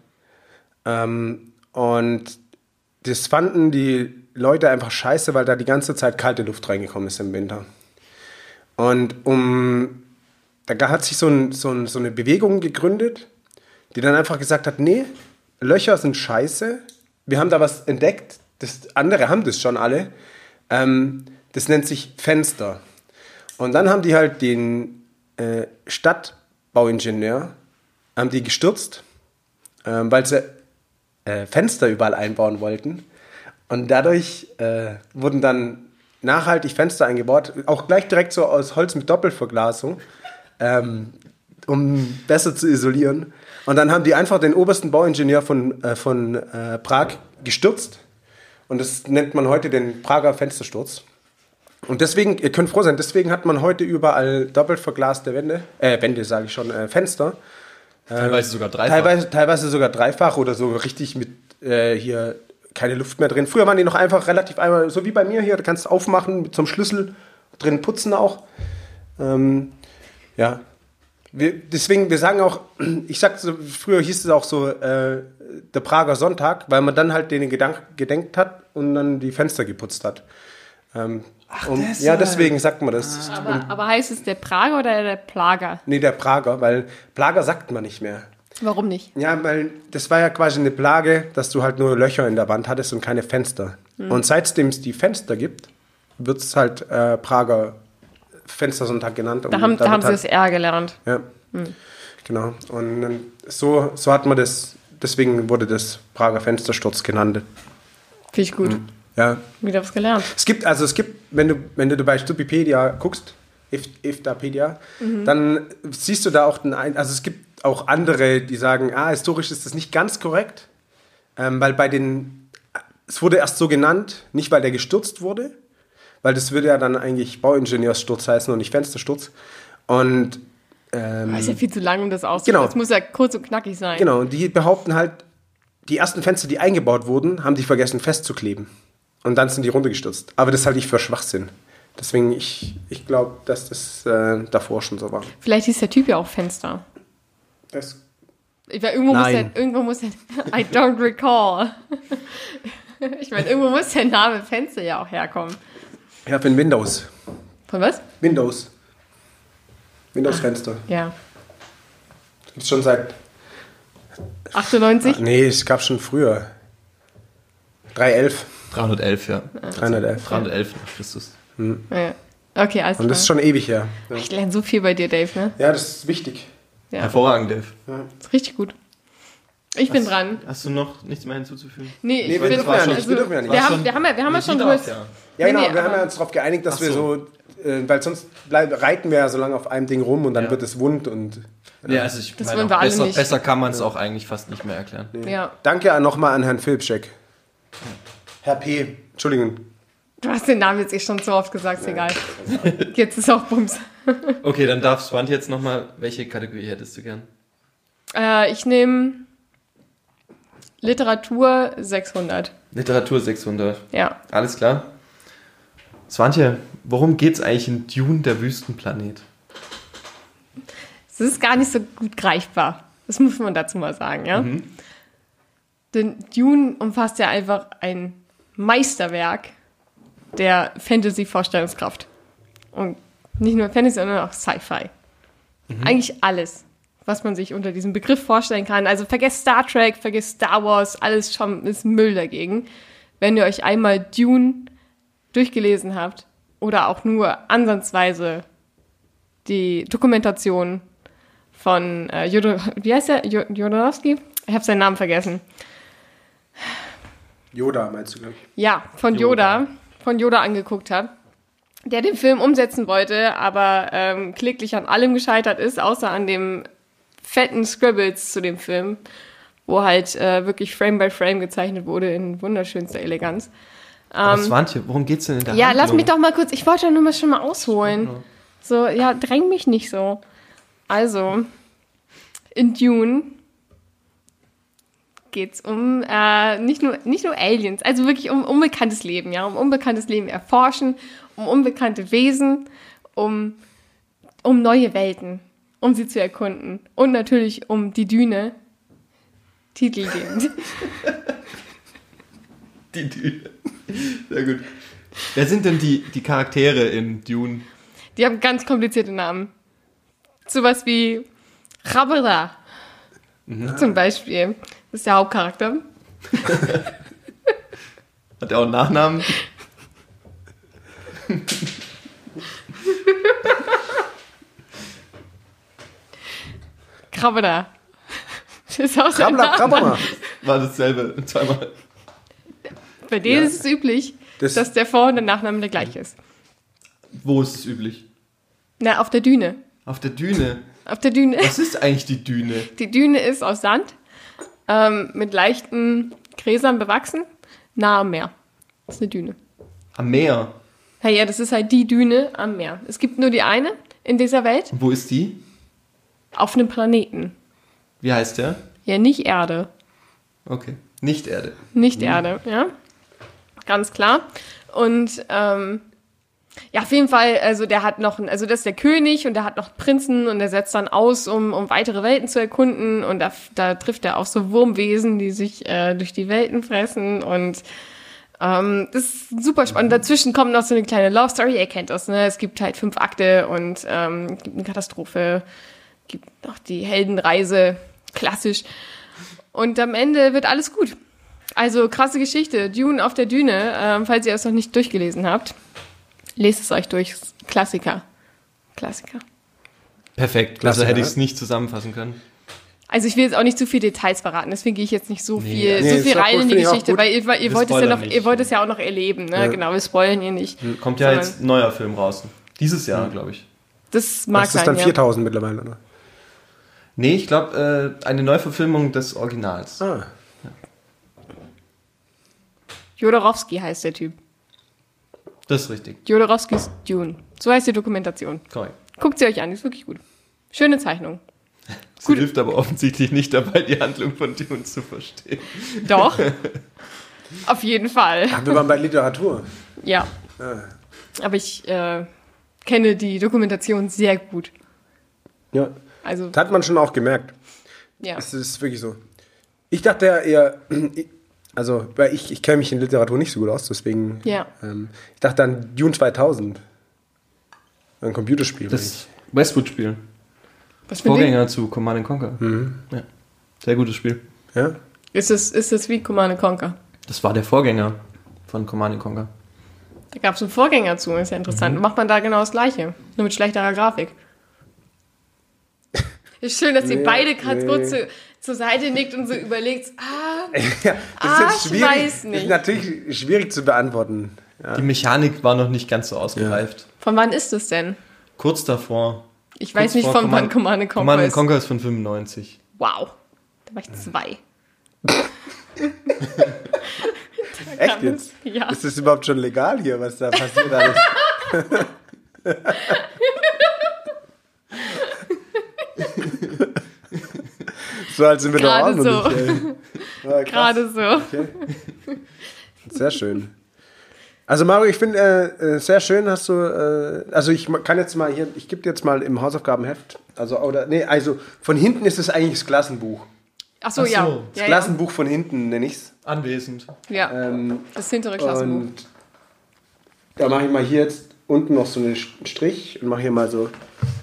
Und das fanden die Leute einfach scheiße, weil da die ganze Zeit kalte Luft reingekommen ist im Winter. Und da hat sich so eine Bewegung gegründet, die dann einfach gesagt hat, nee, Löcher sind scheiße, wir haben da was entdeckt, andere haben das schon alle, das nennt sich Fenster. Und dann haben die halt den Stadtbauingenieur haben die gestürzt, weil sie Fenster überall einbauen wollten. Und dadurch wurden dann nachhaltig Fenster eingebaut, auch gleich direkt so aus Holz mit Doppelverglasung, um besser zu isolieren. Und dann haben die einfach den obersten Bauingenieur von Prag gestürzt. Und das nennt man heute den Prager Fenstersturz. Und deswegen, ihr könnt froh sein, deswegen hat man heute überall doppelt verglaste Fenster. Teilweise sogar dreifach. Teilweise sogar dreifach oder so richtig mit hier keine Luft mehr drin. Früher waren die noch einfach relativ einmal, so wie bei mir hier, du kannst aufmachen mit so einem Schlüssel, drin putzen auch. Ja. Wir sagen auch, ich sag so, früher hieß es auch so, der Prager Sonntag, weil man dann halt den gedenkt hat und dann die Fenster geputzt hat. Ja, deswegen sagt man das. Aber heißt es der Prager oder der Plager? Nee, der Prager, weil Plager sagt man nicht mehr. Warum nicht? Ja, weil das war ja quasi eine Plage, dass du halt nur Löcher in der Wand hattest und keine Fenster. Und seitdem es die Fenster gibt, wird es halt Prager Fenstersonntag genannt. Da haben sie das R gelernt. Ja, genau. Und dann so hat man das, deswegen wurde das Prager Fenstersturz genannt. Finde ich gut. Ja. Wieder was gelernt. Es gibt, wenn du bei Stupipedia guckst, Iftapedia, dann siehst du da auch also es gibt auch andere, die sagen, historisch ist das nicht ganz korrekt, weil es wurde erst so genannt, nicht weil der gestürzt wurde, weil das würde ja dann eigentlich Bauingenieurssturz heißen und nicht Fenstersturz. Und Das ist ja viel zu lang, um das auszudrücken. Genau. Das muss ja kurz und knackig sein. Genau, und die behaupten halt, die ersten Fenster, die eingebaut wurden, haben die vergessen festzukleben. Und dann sind die runtergestürzt. Aber das halte ich für Schwachsinn. Deswegen, ich glaube, dass das davor schon so war. Vielleicht hieß der Typ ja auch Fenster. Irgendwo muss I don't recall. Ich meine, irgendwo muss der Name Fenster ja auch herkommen. Ja, von Windows. Von was? Windows Fenster. Ja. Gibt's schon seit... 98? Nee, es gab schon früher. 311. 311, ja. 311. 311 nach Christus. Ja. Okay, alles klar. Und das ist schon ewig her. Ja. Ich lerne so viel bei dir, Dave, ne? Ja, das ist wichtig. Ja. Hervorragend, Dave. Das ist richtig gut. Ich bin dran. Hast du noch nichts mehr hinzuzufügen? Nee, wir dürfen ja nicht. Wir haben ja schon drüber. Ja, genau, wir haben ja uns darauf geeinigt, dass wir so, weil sonst reiten wir ja so lange auf einem Ding rum und dann wird es wund und... Ja, also Das wollen wir alle nicht. besser kann man es auch eigentlich fast nicht mehr erklären. Nee. Ja. Danke nochmal an Herrn Filipschek. Herr P. Entschuldigung. Du hast den Namen jetzt schon so oft gesagt, ist egal. Jetzt ist auch Bums. Okay, dann darf Swante jetzt nochmal, welche Kategorie hättest du gern? Ich nehme Literatur 600. Literatur 600. Ja. Alles klar. Swante, worum geht's eigentlich in Dune, der Wüstenplanet? Es ist gar nicht so gut greifbar. Das muss man dazu mal sagen, ja? Denn Dune umfasst ja einfach ein Meisterwerk der Fantasy-Vorstellungskraft. Und nicht nur Fantasy, sondern auch Sci-Fi. Eigentlich alles, was man sich unter diesem Begriff vorstellen kann. Also vergesst Star Trek, vergesst Star Wars, alles schon ist Müll dagegen. Wenn ihr euch einmal Dune durchgelesen habt oder auch nur ansatzweise die Dokumentation von wie heißt der? Jodorowsky? Ich habe seinen Namen vergessen. Yoda, meinst du, glaube ich? Ja, von Yoda angeguckt habe, der den Film umsetzen wollte, aber kläglich an allem gescheitert ist, außer an dem fetten Scribbles zu dem Film, wo halt wirklich Frame by Frame gezeichnet wurde in wunderschönster Eleganz. Aber Swante, worum geht's denn in der Handlung? Ja, lass mich doch mal kurz, ich wollte ja nur mal schon mal ausholen. So, ja, dräng mich nicht so. Also, in Dune geht es um nicht nur Aliens, also wirklich um unbekanntes Leben, ja, um unbekanntes Leben erforschen, um unbekannte Wesen, um neue Welten, um sie zu erkunden und natürlich um die Düne, titelgebend. Die Düne. Sehr gut. Wer sind denn die Charaktere in Dune? Die haben ganz komplizierte Namen. Sowas wie Rabada zum Beispiel. Das ist der Hauptcharakter. Hat er auch einen Nachnamen? Krabada. Das ist auch sein Krabla, Name. Krabba. War dasselbe, zweimal. Bei denen ist es üblich, dass der Vor- und der Nachname der gleiche ist. Wo ist es üblich? Na, auf der Düne. Auf der Düne. Auf der Düne. Was ist eigentlich die Düne? Die Düne ist aus Sand, mit leichten Gräsern bewachsen, nahe am Meer. Das ist eine Düne. Am Meer. Ja, das ist halt die Düne am Meer. Es gibt nur die eine in dieser Welt, Und wo ist die? auf einem Planeten. Wie heißt der? Ja, nicht Erde. Okay. Nicht Erde. Nicht Erde, ja. Ganz klar. Und Ja, auf jeden Fall, also der hat noch, also das ist der König und der hat noch Prinzen und der setzt dann aus, um weitere Welten zu erkunden und da trifft er auf so Wurmwesen, die sich durch die Welten fressen und das ist super spannend. Dazwischen kommt noch so eine kleine Love Story, ihr kennt das, ne? Es gibt halt 5 Akte und gibt eine Katastrophe, gibt noch die Heldenreise, klassisch. Und am Ende wird alles gut. Also krasse Geschichte, Dune auf der Düne, falls ihr es noch nicht durchgelesen habt. Lest es euch durch. Klassiker. Perfekt. Klassiker, Also hätte ich es nicht zusammenfassen können. Also ich will jetzt auch nicht zu viel Details verraten, deswegen gehe ich jetzt nicht so viel ist doch rein gut, in die finde ich auch Geschichte, gut. weil ihr wollt es ja noch, nicht. ihr wollt es ja auch noch erleben, ne? Ja. Genau, wir spoilern hier nicht. Kommt ja Sondern jetzt ein neuer Film raus. Dieses Jahr, glaube ich. Das mag Das ist sein, dann ja. 4000 mittlerweile, oder? Nee, ich glaube, eine Neuverfilmung des Originals. Ah. Jodorowsky heißt der Typ. Das ist richtig. Jodorowskys Dune. So heißt die Dokumentation. Korrekt. Guckt sie euch an, die ist wirklich gut. Schöne Zeichnung. Sie hilft aber offensichtlich nicht dabei, die Handlung von Dune zu verstehen. Doch. Auf jeden Fall. Ach, wir waren bei Literatur. Ja. Aber ich kenne die Dokumentation sehr gut. Ja. Also, Das hat man schon auch gemerkt. ja. Es ist wirklich so. Ich dachte ja eher, also, weil ich kenne mich in Literatur nicht so gut aus, deswegen. Ja. Ich dachte an Dune 2000. Ein Computerspiel. Das Westwood-Spiel. Was für ein Ding? Vorgänger zu Command & Conquer. Ja. Sehr gutes Spiel. Ja? Ist es wie Command & Conquer? Das war der Vorgänger von Command & Conquer. Da gab es einen Vorgänger zu, ist ja interessant. Macht man da genau das Gleiche, nur mit schlechterer Grafik. Ist schön, dass ihr beide gerade kurz zur Seite nickt und so überlegt, Ja, das ist ich weiß nicht. Ist natürlich schwierig zu beantworten. Ja. Die Mechanik war noch nicht ganz so ausgereift. von wann ist es denn? Kurz davor. Ich weiß nicht, vor von wann Command & Conquer Command ist. Conquer ist von 95. Wow, da war ich 2. Echt jetzt? Ja. Ist das überhaupt schon legal hier, was da passiert alles? So als sind wir doch auch Gerade noch so. nicht. Ja, krass. Gerade so. Okay. Sehr schön. Also Mario, ich finde sehr schön, hast du, also ich kann jetzt mal hier, ich gebe dir jetzt mal im Hausaufgabenheft, also von hinten ist es eigentlich das Klassenbuch. Ach so, Ach so. ja. Das Ja, Klassenbuch von hinten nenne ich's. Anwesend. ja. Das hintere Klassenbuch. Und da mache ich mal hier jetzt unten noch so einen Strich und mache hier mal so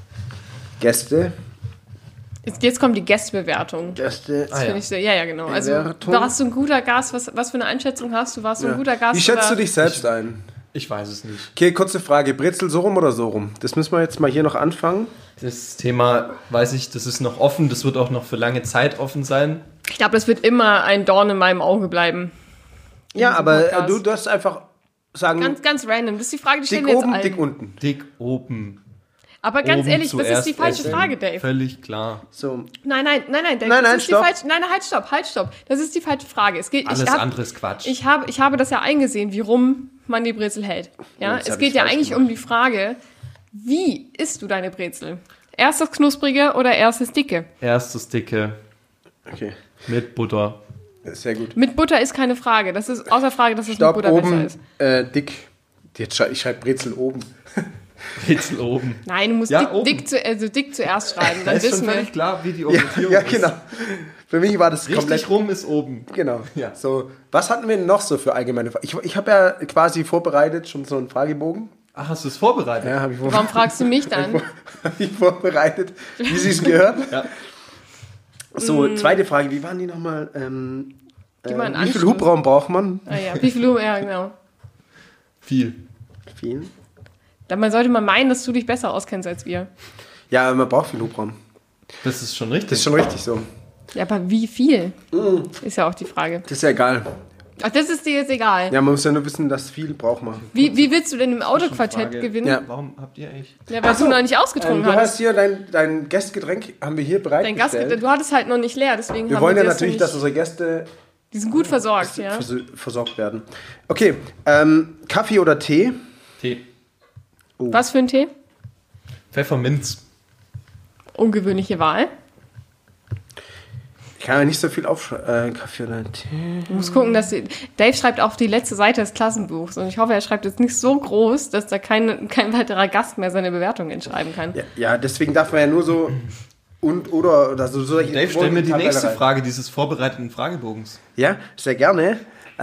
Gäste. Jetzt kommt die Gästebewertung. Gäste. Das finde ich sehr, ja, genau. Also, Bewertung. warst du ein guter Gast? Was für eine Einschätzung hast du? Warst du ein guter Gast? Wie schätzt du oder? dich selbst ein? Ich weiß es nicht. Okay, kurze Frage. Brezel so rum oder so rum? Das müssen wir jetzt mal hier noch anfangen. Das Thema, weiß ich, das ist noch offen. Das wird auch noch für lange Zeit offen sein. Ich glaube, das wird immer ein Dorn in meinem Auge bleiben. Ja, aber Podcast. du darfst einfach sagen, Ganz, ganz random. Das ist die Frage, die stellen dick wir jetzt oben, allen. dick unten. Dick oben. Aber ganz Oben ehrlich, das ist zuerst die falsche essen. Frage, Dave. Völlig klar. So. Nein, Dave. Nein, das ist stopp. Die falsche, nein, halt, stopp. Das ist die falsche Frage. Es geht, Alles andere ist Quatsch. Ich habe das ja eingesehen, wie rum man die Brezel hält. Ja, das es hab geht ich ja falsch eigentlich gemacht. um die Frage, wie isst du deine Brezel? Erst das Knusprige oder erst das Dicke? Erstes Dicke Okay, mit Butter. sehr gut. Mit Butter ist keine Frage. Das ist außer Frage, dass es Stopp, mit Butter besser oben, ist. dick. Ich schreibe Brezel oben. Brezel oben. Nein, du musst Ja, oben. dick zuerst schreiben. Da Dann ist schon wissen wir. völlig klar, wie die Ja, Orientierung ja, ist. genau. Für mich war das komplett. Richtig rum ist oben. Genau. Ja. So, was hatten wir noch so für allgemeine Fragen? Ich habe ja quasi vorbereitet, schon so einen Fragebogen. Ach, hast du es vorbereitet? Ja, habe ich, Warum fragst du mich dann? hab ich vorbereitet, wie sie es gehört. Ja. So, zweite Frage, wie waren die nochmal? Gib mal einen Wie viel Anschluss. Hubraum braucht man? Ah ja, wie viel Uhr? Ja, genau. Viel. Viel. Man sollte mal meinen, dass du dich besser auskennst als wir. Ja, man braucht viel Hubraum. Das ist schon richtig. Das ist schon richtig so. Ja, aber wie viel? Ist ja auch die Frage. Das ist ja egal. Ach, das ist dir jetzt egal. Ja, man muss ja nur wissen, dass viel braucht man. Wie willst du denn im Autoquartett Frage. gewinnen? Ja. Warum habt ihr eigentlich... Ja, weil Ach so. du noch nicht ausgetrunken Du hast hattest. hier dein Gästgetränk, haben wir hier Dein Gast, bereitgestellt. du hattest halt noch nicht leer, deswegen Wir haben wollen ja dir natürlich, nicht, dass unsere Gäste die sind gut versorgt, ja. versorgt werden. Okay, Kaffee oder Tee? Tee. Was für ein Tee? Pfefferminz. Ungewöhnliche Wahl. Ich kann ja nicht so viel aufschreiben. Kaffee oder Tee. Du musst gucken, dass Dave schreibt auf die letzte Seite des Klassenbuchs und ich hoffe, er schreibt jetzt nicht so groß, dass da kein weiterer Gast mehr seine Bewertung entschreiben kann. Ja, deswegen darf man ja nur so oder so solche. Dave, stell mir die nächste rein. Frage dieses vorbereiteten Fragebogens. Ja, sehr gerne.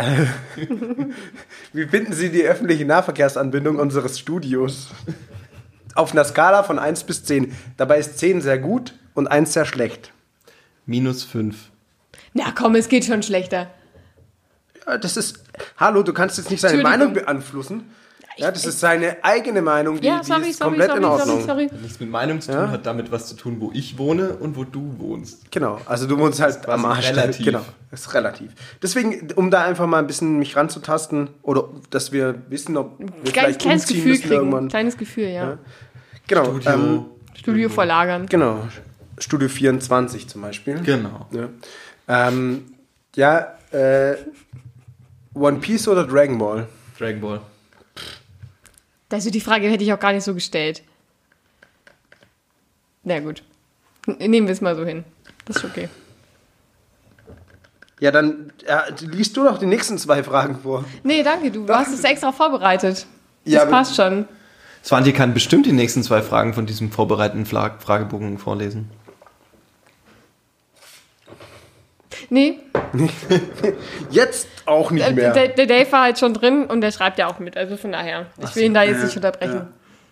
Wie finden Sie die öffentliche Nahverkehrsanbindung unseres Studios? Auf einer Skala von 1 bis 10. Dabei ist 10 sehr gut und 1 sehr schlecht. -5. Na komm, es geht schon schlechter. Ja, das ist. Hallo, du kannst jetzt nicht seine Meinung beeinflussen. Ja, das ist seine eigene Meinung, die ist komplett in Ordnung. Sorry. Nichts mit Meinung zu tun, hat damit was zu tun, wo ich wohne und wo du wohnst. Genau, also du wohnst halt am Arsch. Relativ. Genau, das ist relativ. Deswegen, um da einfach mal ein bisschen mich ranzutasten oder dass wir wissen, ob wir vielleicht Kleines umziehen Gefühl müssen kriegen. irgendwann. Kleines Gefühl, ja. Genau, Studio verlagern. genau. Studio 24 zum Beispiel. Genau. Ja, One Piece oder Dragon Ball? Dragon Ball. Also die Frage hätte ich auch gar nicht so gestellt. Na gut. Nehmen wir es mal so hin. Das ist okay. Ja, dann liest du doch die nächsten 2 Fragen vor. Nee, danke, du hast es extra vorbereitet. Das Ja, passt schon. Svante kann bestimmt die nächsten 2 Fragen von diesem vorbereiteten Fragebogen vorlesen. Nee, Jetzt auch nicht mehr. der Dave war halt schon drin und der schreibt ja auch mit. Also von daher, ich will ihn da jetzt nicht unterbrechen.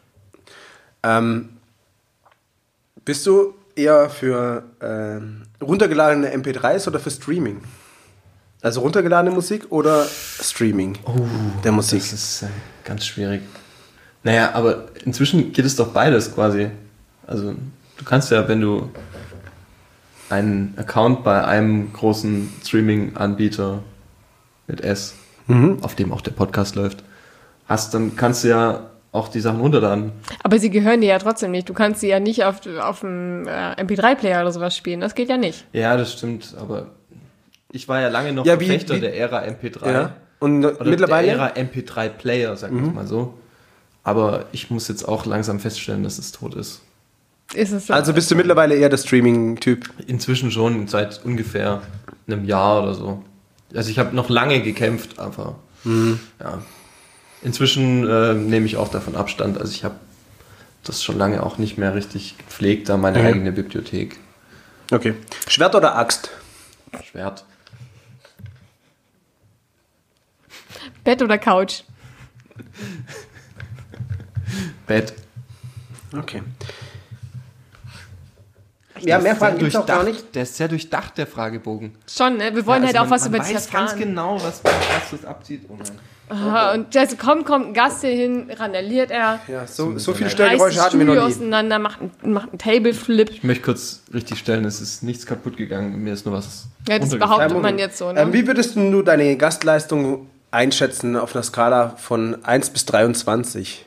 Bist du eher für runtergeladene MP3s oder für Streaming? Also runtergeladene Musik oder Streaming der Musik? Das ist ganz schwierig. Naja, aber inzwischen geht es doch beides quasi. Also du kannst ja, wenn du einen Account bei einem großen Streaming-Anbieter mit S, auf dem auch der Podcast läuft, hast, dann kannst du ja auch die Sachen runterladen. Aber sie gehören dir ja trotzdem nicht. Du kannst sie ja nicht auf dem MP3-Player oder sowas spielen. Das geht ja nicht. Ja, das stimmt, aber ich war ja lange noch Ja, Verfechter der Ära MP3. Ja. Und Oder mittlerweile? der Ära MP3-Player, sagen wir es mal so. Aber ich muss jetzt auch langsam feststellen, dass es tot ist. Ist es so? Also bist du mittlerweile eher der Streaming-Typ? Inzwischen schon, seit ungefähr einem Jahr oder so. Also ich habe noch lange gekämpft, aber ja. Inzwischen nehme ich auch davon Abstand. Also ich habe das schon lange auch nicht mehr richtig gepflegt, da meine eigene Bibliothek. Okay. Schwert oder Axt? Schwert. Bett oder Couch? Bett. Okay. Ja, mehr Fragen gibt es auch gar nicht. Der ist sehr durchdacht, der Fragebogen. Schon, ne? Wir wollen halt auch was über dich Man weiß erfahren. ganz genau, was das abzieht. Oh nein. Aha, und also kommt ein Gast hier hin, randaliert er, Ja, so viele reißt Störgeräusche das hatten wir Studio noch nie. auseinander, macht einen Tableflip. Ich möchte kurz richtig stellen, es ist nichts kaputt gegangen. Mir ist nur was Ja, das runtergefallen. behauptet man jetzt so, ne? Wie würdest du deine Gastleistung einschätzen auf einer Skala von 1 bis 23?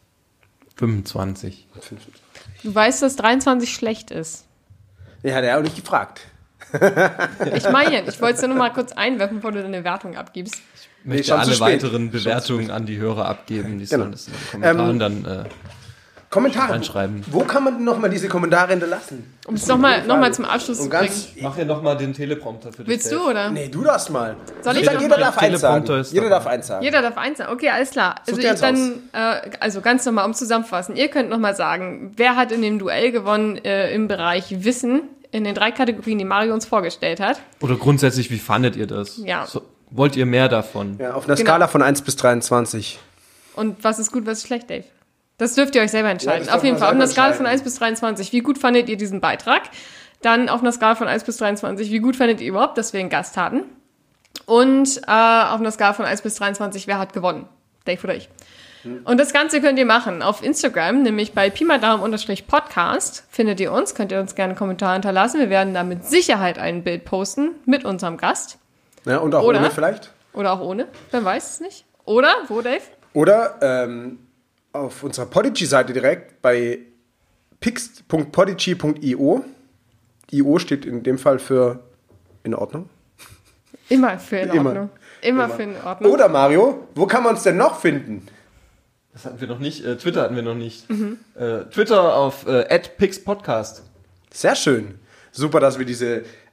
25. Du weißt, dass 23 schlecht ist. Ja, hat er auch nicht gefragt. Ich meine, ich wollte es nur mal kurz einwerfen, bevor du deine Wertung abgibst. Ich möchte schon zu alle spät. weiteren Bewertungen an die Hörer abgeben. Die Genau. sollen das in den Kommentaren dann Kommentare. reinschreiben. Wo kann man denn nochmal diese Kommentare hinterlassen? Um es nochmal zum Abschluss Und zu bringen. ganz. Mach hier nochmal den Teleprompter für dich. Willst du, oder? Nee, du darfst mal. Soll ich jeder, noch jeder mal? darf eins sagen. Teleprompter ist Jeder dabei. darf eins sagen. Jeder darf eins sagen. Okay, alles klar. Also, dir eins also ganz nochmal, um zusammenzufassen. Ihr könnt nochmal sagen, wer hat in dem Duell gewonnen im Bereich Wissen in den 3 Kategorien, die Mario uns vorgestellt hat. Oder grundsätzlich, wie fandet ihr das? Ja. So, wollt ihr mehr davon? Ja, auf einer Genau. Skala von 1 bis 23. Und was ist gut, was ist schlecht, Dave? Das dürft ihr euch selber entscheiden. das Auf darf jeden man Fall, auf einer selber Skala von entscheiden. 1 bis 23, wie gut fandet ihr diesen Beitrag? Dann auf einer Skala von 1 bis 23, wie gut fandet ihr überhaupt, dass wir einen Gast hatten? Und auf einer Skala von 1 bis 23, wer hat gewonnen? Dave oder ich? Und das Ganze könnt ihr machen auf Instagram, nämlich bei @podcast findet ihr uns, könnt ihr uns gerne einen Kommentar hinterlassen. Wir werden da mit Sicherheit ein Bild posten mit unserem Gast. Ja, und auch Oder? ohne vielleicht. Oder auch ohne, wer weiß es nicht. Oder, wo, Dave? Oder auf unserer Podigy-Seite direkt bei pix.podigy.io. IO steht in dem Fall für in Ordnung. Immer für in Immer. Ordnung. Immer für in Ordnung. Oder Mario, wo kann man uns denn noch finden? Das hatten wir noch nicht. Twitter hatten wir noch nicht. Twitter auf @pixpodcast. Sehr schön. Super, dass wir diese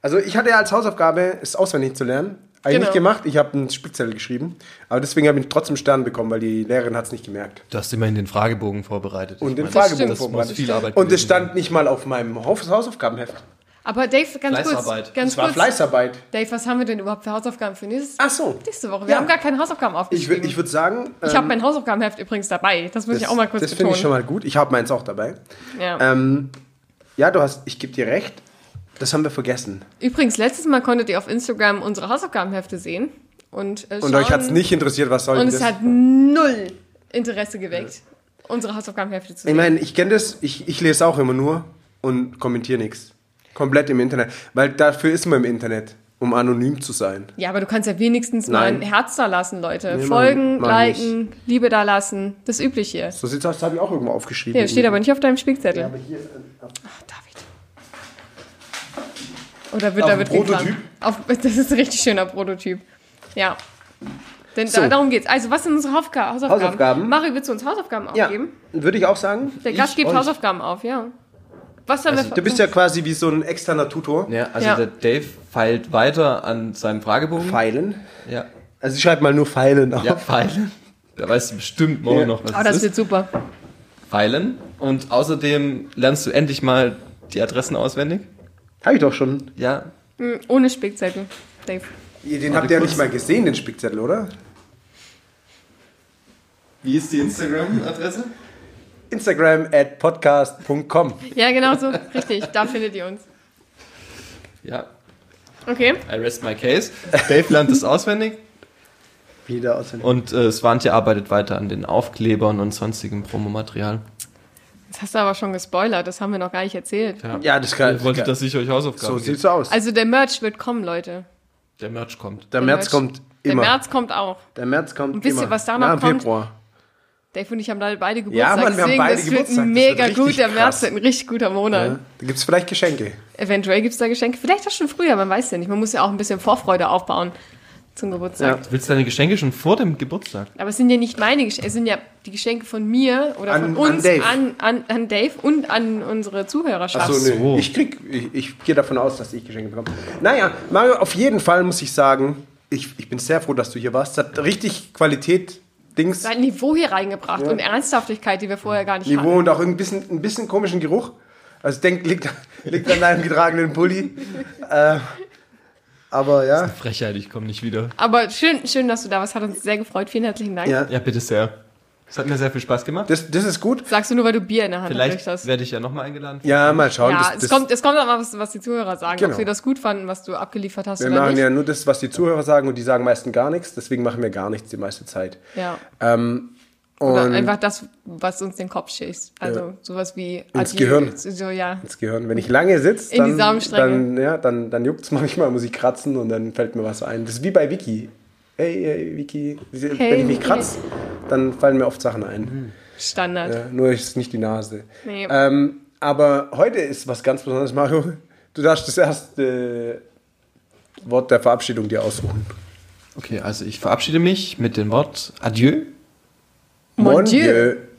Also ich hatte ja als Hausaufgabe, es auswendig zu lernen. Habe ich nicht gemacht, ich habe einen Spickzettel geschrieben. Aber deswegen habe ich trotzdem Stern bekommen, weil die Lehrerin hat es nicht gemerkt. Du hast immerhin den Fragebogen vorbereitet. Und den Ich Fragebogen das muss vorbereitet. viel Arbeit Und es gewesen stand nicht mal auf meinem Hausaufgabenheft. Aber Dave, ganz Fleißarbeit. kurz. Es war Fleißarbeit. Dave, was haben wir denn überhaupt für Hausaufgaben für Ach so. nächste Woche? Wir Ja. haben gar keine Hausaufgaben aufgeschrieben. Ich würd sagen... Ich habe mein Hausaufgabenheft übrigens dabei. Das muss ich auch mal kurz Das betonen. finde ich schon mal gut. Ich habe meins auch dabei. Ja. Ja, ich gebe dir recht. Das haben wir vergessen. Übrigens, letztes Mal konntet ihr auf Instagram unsere Hausaufgabenhefte sehen. Und euch hat es nicht interessiert, was soll Und das? es hat null Interesse geweckt, unsere Hausaufgabenhefte zu sehen. Ich meine, ich kenne das. Ich lese auch immer nur und kommentiere nichts. Komplett im Internet. Weil dafür ist man im Internet, um anonym zu sein. Ja, aber du kannst ja wenigstens mal Nein. ein Herz da lassen, Leute. Nee, Folgen, mach liken, Liebe da lassen. Das Übliche. So sieht's aus, das habe ich auch irgendwo aufgeschrieben. Hier, steht aber nicht auf deinem Spickzettel. Ja, aber hier, Ach, David. Oder wird Auf da dem wird Prototyp? Das ist ein richtig schöner Prototyp. Ja. Denn So. darum geht's. Also, was sind unsere Hausaufgaben. Mario, willst du uns Hausaufgaben ja, aufgeben? würde ich auch sagen. Der Gast gibt euch. Hausaufgaben auf, ja. Was haben wir Du bist ja quasi wie so ein externer Tutor. Ja, also Ja. der Dave feilt weiter an seinem Fragebogen. Pfeilen. Ja. Also ich schreibe mal nur Pfeilen auf. Ja, feilen. Da weißt du bestimmt morgen Ja. noch, was Oh, das es wird ist. super. Feilen. Und außerdem lernst du endlich mal die Adressen auswendig. Habe ich doch schon. Ja. Ohne Spickzettel, Dave. Den habt ihr ja nicht mal gesehen, den Spickzettel, oder? Wie ist die Instagram-Adresse? Instagram@podcast.com. Ja, genau so. Richtig, da findet ihr uns. Ja. Okay. I rest my case. Dave lernt es auswendig. Wieder auswendig. Und Swantje arbeitet weiter an den Aufklebern und sonstigem Promomaterial. Das hast du aber schon gespoilert, das haben wir noch gar nicht erzählt. Ja, das kann. Ich wollte, dass ich euch Hausaufgaben so gebe. sieht's aus. Also der Merch wird kommen, Leute. Der Merch kommt. Der März Merch. kommt Der immer. März kommt auch. Der März kommt Und wisst ihr, immer. was danach im kommt? Februar. Dave und ich haben da beide Ja, Geburtstag. Mann, wir haben deswegen, beide das Geburtstag. wird ein Das wird mega richtig gut. Der krass. März wird ein richtig guter Monat. Ja. Da gibt's vielleicht Geschenke. Eventuell gibt es da Geschenke. Vielleicht auch schon früher, man weiß ja nicht. Man muss ja auch ein bisschen Vorfreude aufbauen zum Geburtstag. Ja. Du willst deine Geschenke schon vor dem Geburtstag? Aber es sind ja nicht meine Geschenke, es sind ja die Geschenke von mir oder An- von uns an Dave. an Dave und an unsere Zuhörerschaft. Achso, nee. so. Ich gehe davon aus, dass ich Geschenke bekomme. Naja, Mario, auf jeden Fall muss ich sagen, ich bin sehr froh, dass du hier warst. Es hat richtig Qualität, Dings, Ein Niveau hier reingebracht und Ernsthaftigkeit, die wir vorher gar nicht Niveau hatten. und auch ein bisschen komischen Geruch. Also ich denke, liegt an deinem getragenen Pulli. Aber ja. Frechheit, ich komme nicht wieder. Aber schön, dass du da warst. Hat uns sehr gefreut. Vielen herzlichen Dank. Ja, Ja, bitte sehr. Es hat mir sehr viel Spaß gemacht. das ist gut. Sagst du nur, weil du Bier in der Hand Vielleicht hast. werde ich ja nochmal eingeladen. Ja, mal schauen. Ja, das, es kommt auch mal, was die Zuhörer sagen, Genau. ob sie das gut fanden, was du abgeliefert hast wir oder machen nicht. ja nur das, was die Zuhörer sagen und die sagen meistens gar nichts. Deswegen machen wir gar nichts die meiste Zeit. Ja. Und Oder einfach das, was uns den Kopf schießt. Also sowas wie Ins Adieu. Gehirn. So, ja. ins Gehirn. Wenn ich lange sitze, In die Samenstränge. dann juckt es manchmal, muss ich kratzen und dann fällt mir was ein. Das ist wie bei Wiki. Hey, Wiki. Wenn ich mich Wiki. kratze, dann fallen mir oft Sachen ein. Standard. Ja, nur ist es nicht die Nase. Nee. Aber heute ist was ganz Besonderes, Mario. Du darfst das erste Wort der Verabschiedung dir aussuchen. Okay, also ich verabschiede mich mit dem Wort Adieu. Mon Mon Dieu. Dieu.